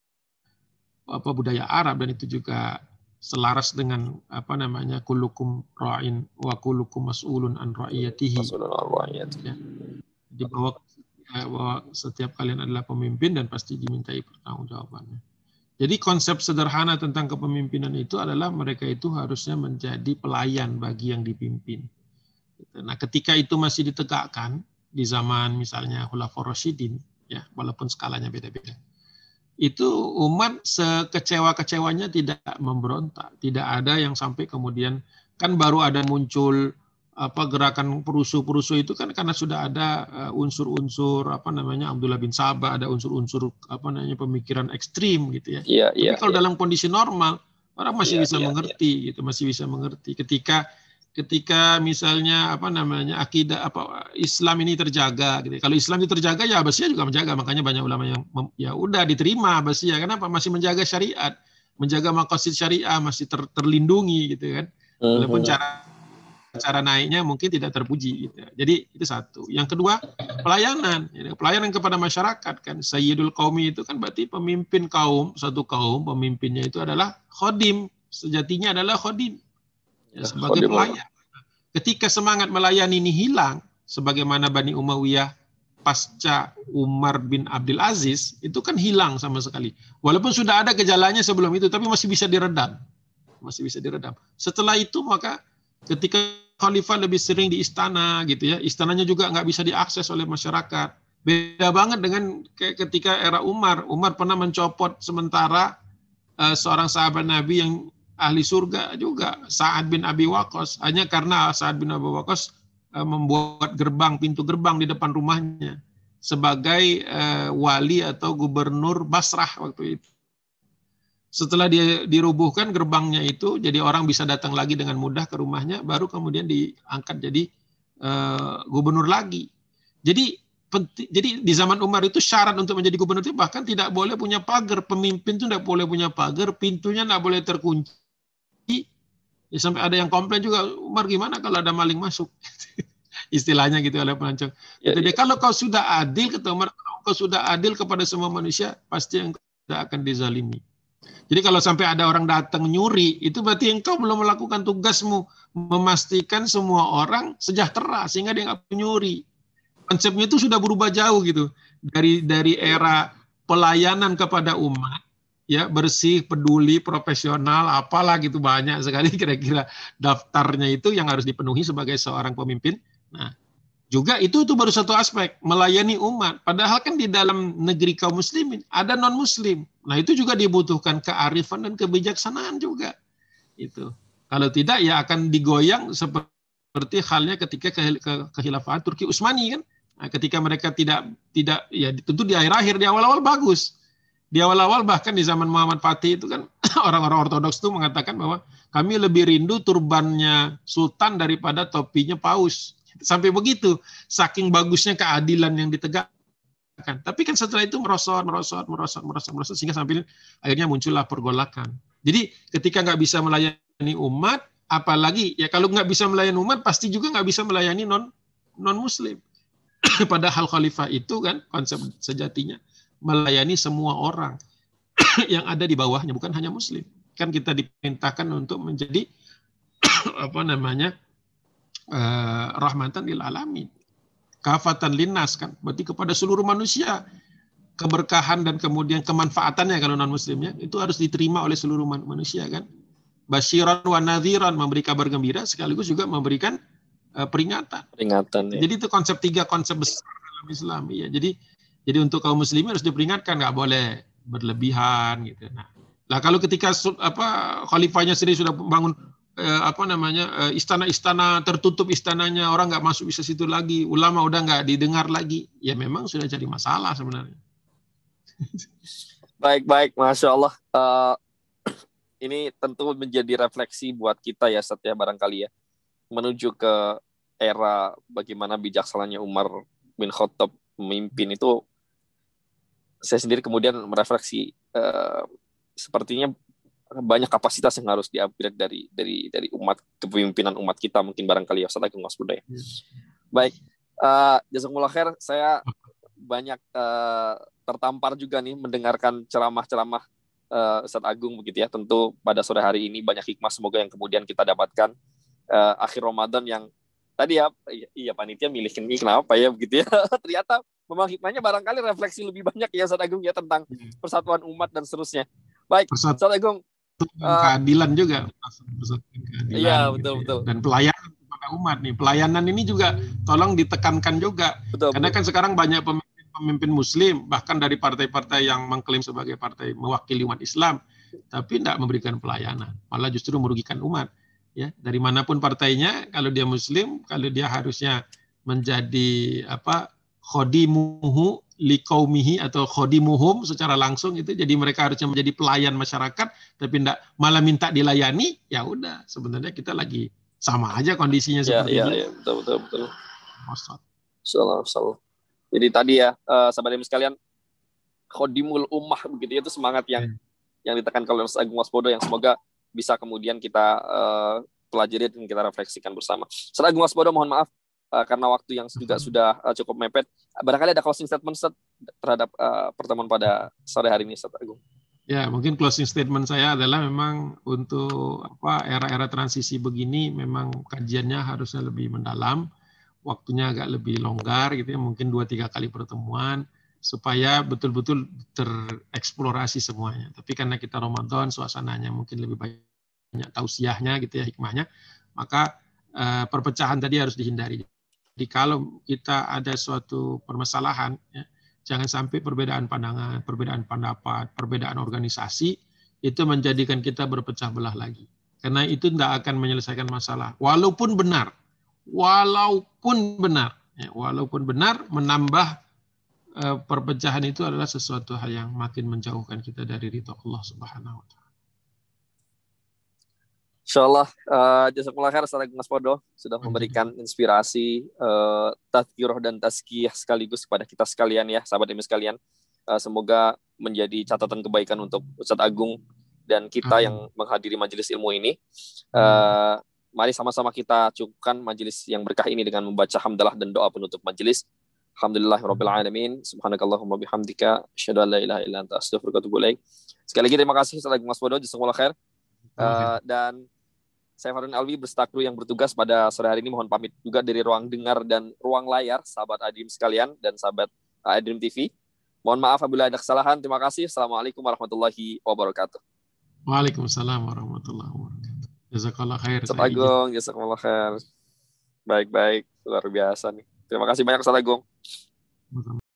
apa budaya Arab dan itu juga selaras dengan apa namanya kullukum ra'in wa kullukum mas'ulun an ra'iyatihi. Mas'ulun an ra'iyatihi. Ya. Jadi bahwa, bahwa setiap kalian adalah pemimpin dan pasti dimintai pertanggungjawabannya. Jadi konsep sederhana tentang kepemimpinan itu adalah mereka itu harusnya menjadi pelayan bagi yang dipimpin. Nah, ketika itu masih ditegakkan di zaman misalnya Khulafaur Rasyidin, ya walaupun skalanya beda-beda, itu umat sekecewa-kecewanya tidak memberontak, tidak ada yang sampai kemudian kan baru ada muncul apa gerakan perusuh-perusuh itu kan karena sudah ada uh, unsur-unsur apa namanya Abdullah bin Sabah, ada unsur-unsur apa namanya pemikiran ekstrim gitu ya. Yeah, Tapi yeah, kalau yeah. dalam kondisi normal orang masih yeah, bisa yeah, mengerti yeah. gitu, masih bisa mengerti. Ketika ketika misalnya apa namanya akidah apa Islam ini terjaga gitu. Kalau Islam ini terjaga ya Abbasiyah juga menjaga, makanya banyak ulama yang mem, ya udah diterima Abbasiyah. Kenapa? Masih menjaga syariat, menjaga maqasid syariah, masih ter, terlindungi gitu kan. Walaupun mm-hmm. cara cara naiknya mungkin tidak terpuji gitu. Jadi itu satu. Yang kedua, pelayanan. Pelayanan kepada masyarakat kan. Sayyidul Qaumi itu kan berarti pemimpin kaum, satu kaum, pemimpinnya itu adalah khodim. Sejatinya adalah khodim. Ya, sebagai khodim pelayan. Ketika semangat melayani ini hilang, sebagaimana Bani Umayyah pasca Umar bin Abdul Aziz, itu kan hilang sama sekali. Walaupun sudah ada gejalanya sebelum itu, tapi masih bisa diredam. Masih bisa diredam. Setelah itu maka ketika khalifah lebih sering di istana gitu ya, istananya juga nggak bisa diakses oleh masyarakat. Beda banget dengan ketika era Umar. Umar pernah mencopot sementara uh, seorang sahabat Nabi yang ahli surga juga, Sa'ad bin Abi Waqqas, hanya karena Sa'ad bin Abi Waqqas uh, membuat gerbang, pintu gerbang di depan rumahnya sebagai uh, wali atau gubernur Basrah waktu itu. Setelah dia dirubuhkan gerbangnya itu, jadi orang bisa datang lagi dengan mudah ke rumahnya, baru kemudian diangkat jadi uh, gubernur lagi. Jadi, penti, jadi di zaman Umar itu syarat untuk menjadi gubernur itu bahkan tidak boleh punya pagar, pemimpin itu tidak boleh punya pagar, pintunya tidak boleh terkunci. Ya, sampai ada yang komplain juga, Umar gimana kalau ada maling masuk? Istilahnya gitu oleh pelancong. Ya, jadi ya. Kalau kau sudah adil, kata Umar, kalau kau sudah adil kepada semua manusia, pasti engkau tidak akan dizalimi. Jadi kalau sampai ada orang datang nyuri, itu berarti engkau belum melakukan tugasmu memastikan semua orang sejahtera sehingga dia nggak nyuri. Konsepnya itu sudah berubah jauh gitu dari dari era pelayanan kepada umat, ya bersih, peduli, profesional, apalah gitu banyak sekali kira-kira daftarnya itu yang harus dipenuhi sebagai seorang pemimpin. Nah, juga itu itu baru satu aspek melayani umat. Padahal kan di dalam negeri kaum muslimin ada non muslim. Nah itu juga dibutuhkan kearifan dan kebijaksanaan juga. Itu. Kalau tidak ya akan digoyang seperti halnya ketika ke, ke, kekhilafan Turki Utsmani kan. Nah, ketika mereka tidak tidak ya tentu di akhir-akhir, di awal-awal bagus. Di awal-awal bahkan di zaman Muhammad Fatih itu kan orang-orang Ortodoks itu mengatakan bahwa kami lebih rindu turbannya sultan daripada topinya paus. Sampai begitu, saking bagusnya keadilan yang ditegakkan. Tapi kan setelah itu merosot, merosot, merosot, merosot, merosot, sehingga sampai akhirnya muncullah pergolakan. Jadi ketika nggak bisa melayani umat, apalagi ya kalau nggak bisa melayani umat, pasti juga nggak bisa melayani non non Muslim. Padahal khalifah itu kan konsep sejatinya melayani semua orang yang ada di bawahnya, bukan hanya Muslim. Kan kita diperintahkan untuk menjadi apa namanya Uh, rahmatan lil alamin, kafatan linnas kan, berarti kepada seluruh manusia. Keberkahan dan kemudian kemanfaatannya kalau non muslimnya itu harus diterima oleh seluruh manusia kan. Basyiran wa nadhiran, memberi kabar gembira sekaligus juga memberikan uh, peringatan. Peringatan. Ya. Jadi itu konsep tiga konsep besar dalam Islam ya. Jadi jadi untuk kaum muslimin harus diperingatkan, nggak boleh berlebihan gitu. Nah, lah kalau ketika apa khalifahnya sendiri sudah bangun Eh, apa namanya eh, istana-istana tertutup, istananya orang nggak masuk bisa situ lagi, ulama udah nggak didengar lagi, ya memang sudah jadi masalah sebenarnya. Baik baik, masya Allah. Uh, ini tentu menjadi refleksi buat kita ya, Ustaz ya, barangkali ya, menuju ke era bagaimana bijaksananya Umar bin Khattab memimpin itu. Saya sendiri kemudian merefleksi, uh, sepertinya banyak kapasitas yang harus di-upgrade dari dari dari umat, kepemimpinan umat kita mungkin barangkali ya, Ustaz Agung Mas Buda ya. Baik, uh, jazakumullah khair. Saya banyak uh, tertampar juga nih mendengarkan ceramah-ceramah uh, Ustaz Agung begitu ya. Tentu pada sore hari ini banyak hikmah semoga yang kemudian kita dapatkan uh, akhir Ramadan yang tadi ya, iya panitia milih ini kenapa ya begitu ya. Ternyata memang hikmahnya barangkali refleksi lebih banyak ya Ustaz Agung ya tentang persatuan umat dan seterusnya. Baik, Ustaz Agung. Keadilan juga, keadilan, iya gitu betul ya. betul. Dan pelayanan kepada umat nih, pelayanan ini juga tolong ditekankan juga, betul, karena betul. Kan sekarang banyak pemimpin-pemimpin Muslim bahkan dari partai-partai yang mengklaim sebagai partai mewakili umat Islam, tapi tidak memberikan pelayanan, malah justru merugikan umat. Ya, dari manapun partainya, kalau dia Muslim, kalau dia harusnya menjadi apa khodimuhu liqaumihi atau khodimuhum secara langsung itu, jadi mereka harusnya menjadi pelayan masyarakat tapi enggak malah minta dilayani, ya udah sebenarnya kita lagi sama aja kondisinya ya, seperti ya, itu. Ya, betul betul betul. Salam, salam. Jadi tadi ya uh, sahabat sekalian, khodimul ummah begitu ya, itu semangat yang hmm. yang ditekankan oleh Ustaz Agung Waspodo yang semoga bisa kemudian kita uh, pelajari dan kita refleksikan bersama. Ustaz Agung Waspodo, mohon maaf Uh, karena waktu yang juga sudah uh, cukup mepet, barangkali ada closing statement Ustaz terhadap uh, pertemuan pada sore hari ini, Ustaz Agung. Ya, mungkin closing statement saya adalah memang untuk apa era-era transisi begini memang kajiannya harusnya lebih mendalam, waktunya agak lebih longgar gitu ya, mungkin dua tiga kali pertemuan supaya betul-betul tereksplorasi semuanya. Tapi karena kita Ramadan, suasananya mungkin lebih banyak tausiahnya gitu ya, hikmahnya, maka uh, perpecahan tadi harus dihindari. Jadi kalau kita ada suatu permasalahan, ya, jangan sampai perbedaan pandangan, perbedaan pendapat, perbedaan organisasi itu menjadikan kita berpecah belah lagi. Karena itu tidak akan menyelesaikan masalah. Walaupun benar, walaupun benar, ya, walaupun benar menambah uh, perpecahan itu adalah sesuatu hal yang makin menjauhkan kita dari ridho Allah Subhanahu Wa Taala. Insyaallah, uh, jazakumullah khair Ustaz Agung Waspodo sudah memberikan inspirasi, uh, tazkirah dan tazkiyah sekaligus kepada kita sekalian ya, sahabat ilmu sekalian. Uh, semoga menjadi catatan kebaikan untuk Ustaz Agung dan kita yang menghadiri majelis ilmu ini. Uh, mari sama-sama kita cukupkan majelis yang berkah ini dengan membaca hamdalah dan doa penutup majelis. Alhamdulillahirabbil alamin. Subhanakallahumma bihamdika asyhadu an la ilaha illa anta astaghfiruka wa atubu ilaik. Sekali lagi terima kasih Ustaz Agung Waspodo, jazakumullah khair. Uh, dan saya Farun Alwi beserta kru yang bertugas pada sore hari ini mohon pamit juga dari ruang dengar dan ruang layar sahabat Adrim sekalian dan sahabat Adrim T V. Mohon maaf apabila ada kesalahan. Terima kasih. Assalamualaikum warahmatullahi wabarakatuh. Waalaikumsalam warahmatullahi wabarakatuh. Jazakallah khair. Ustaz Agung, jazakallah khair. Baik-baik, luar biasa nih. Terima kasih banyak Ustaz Agung.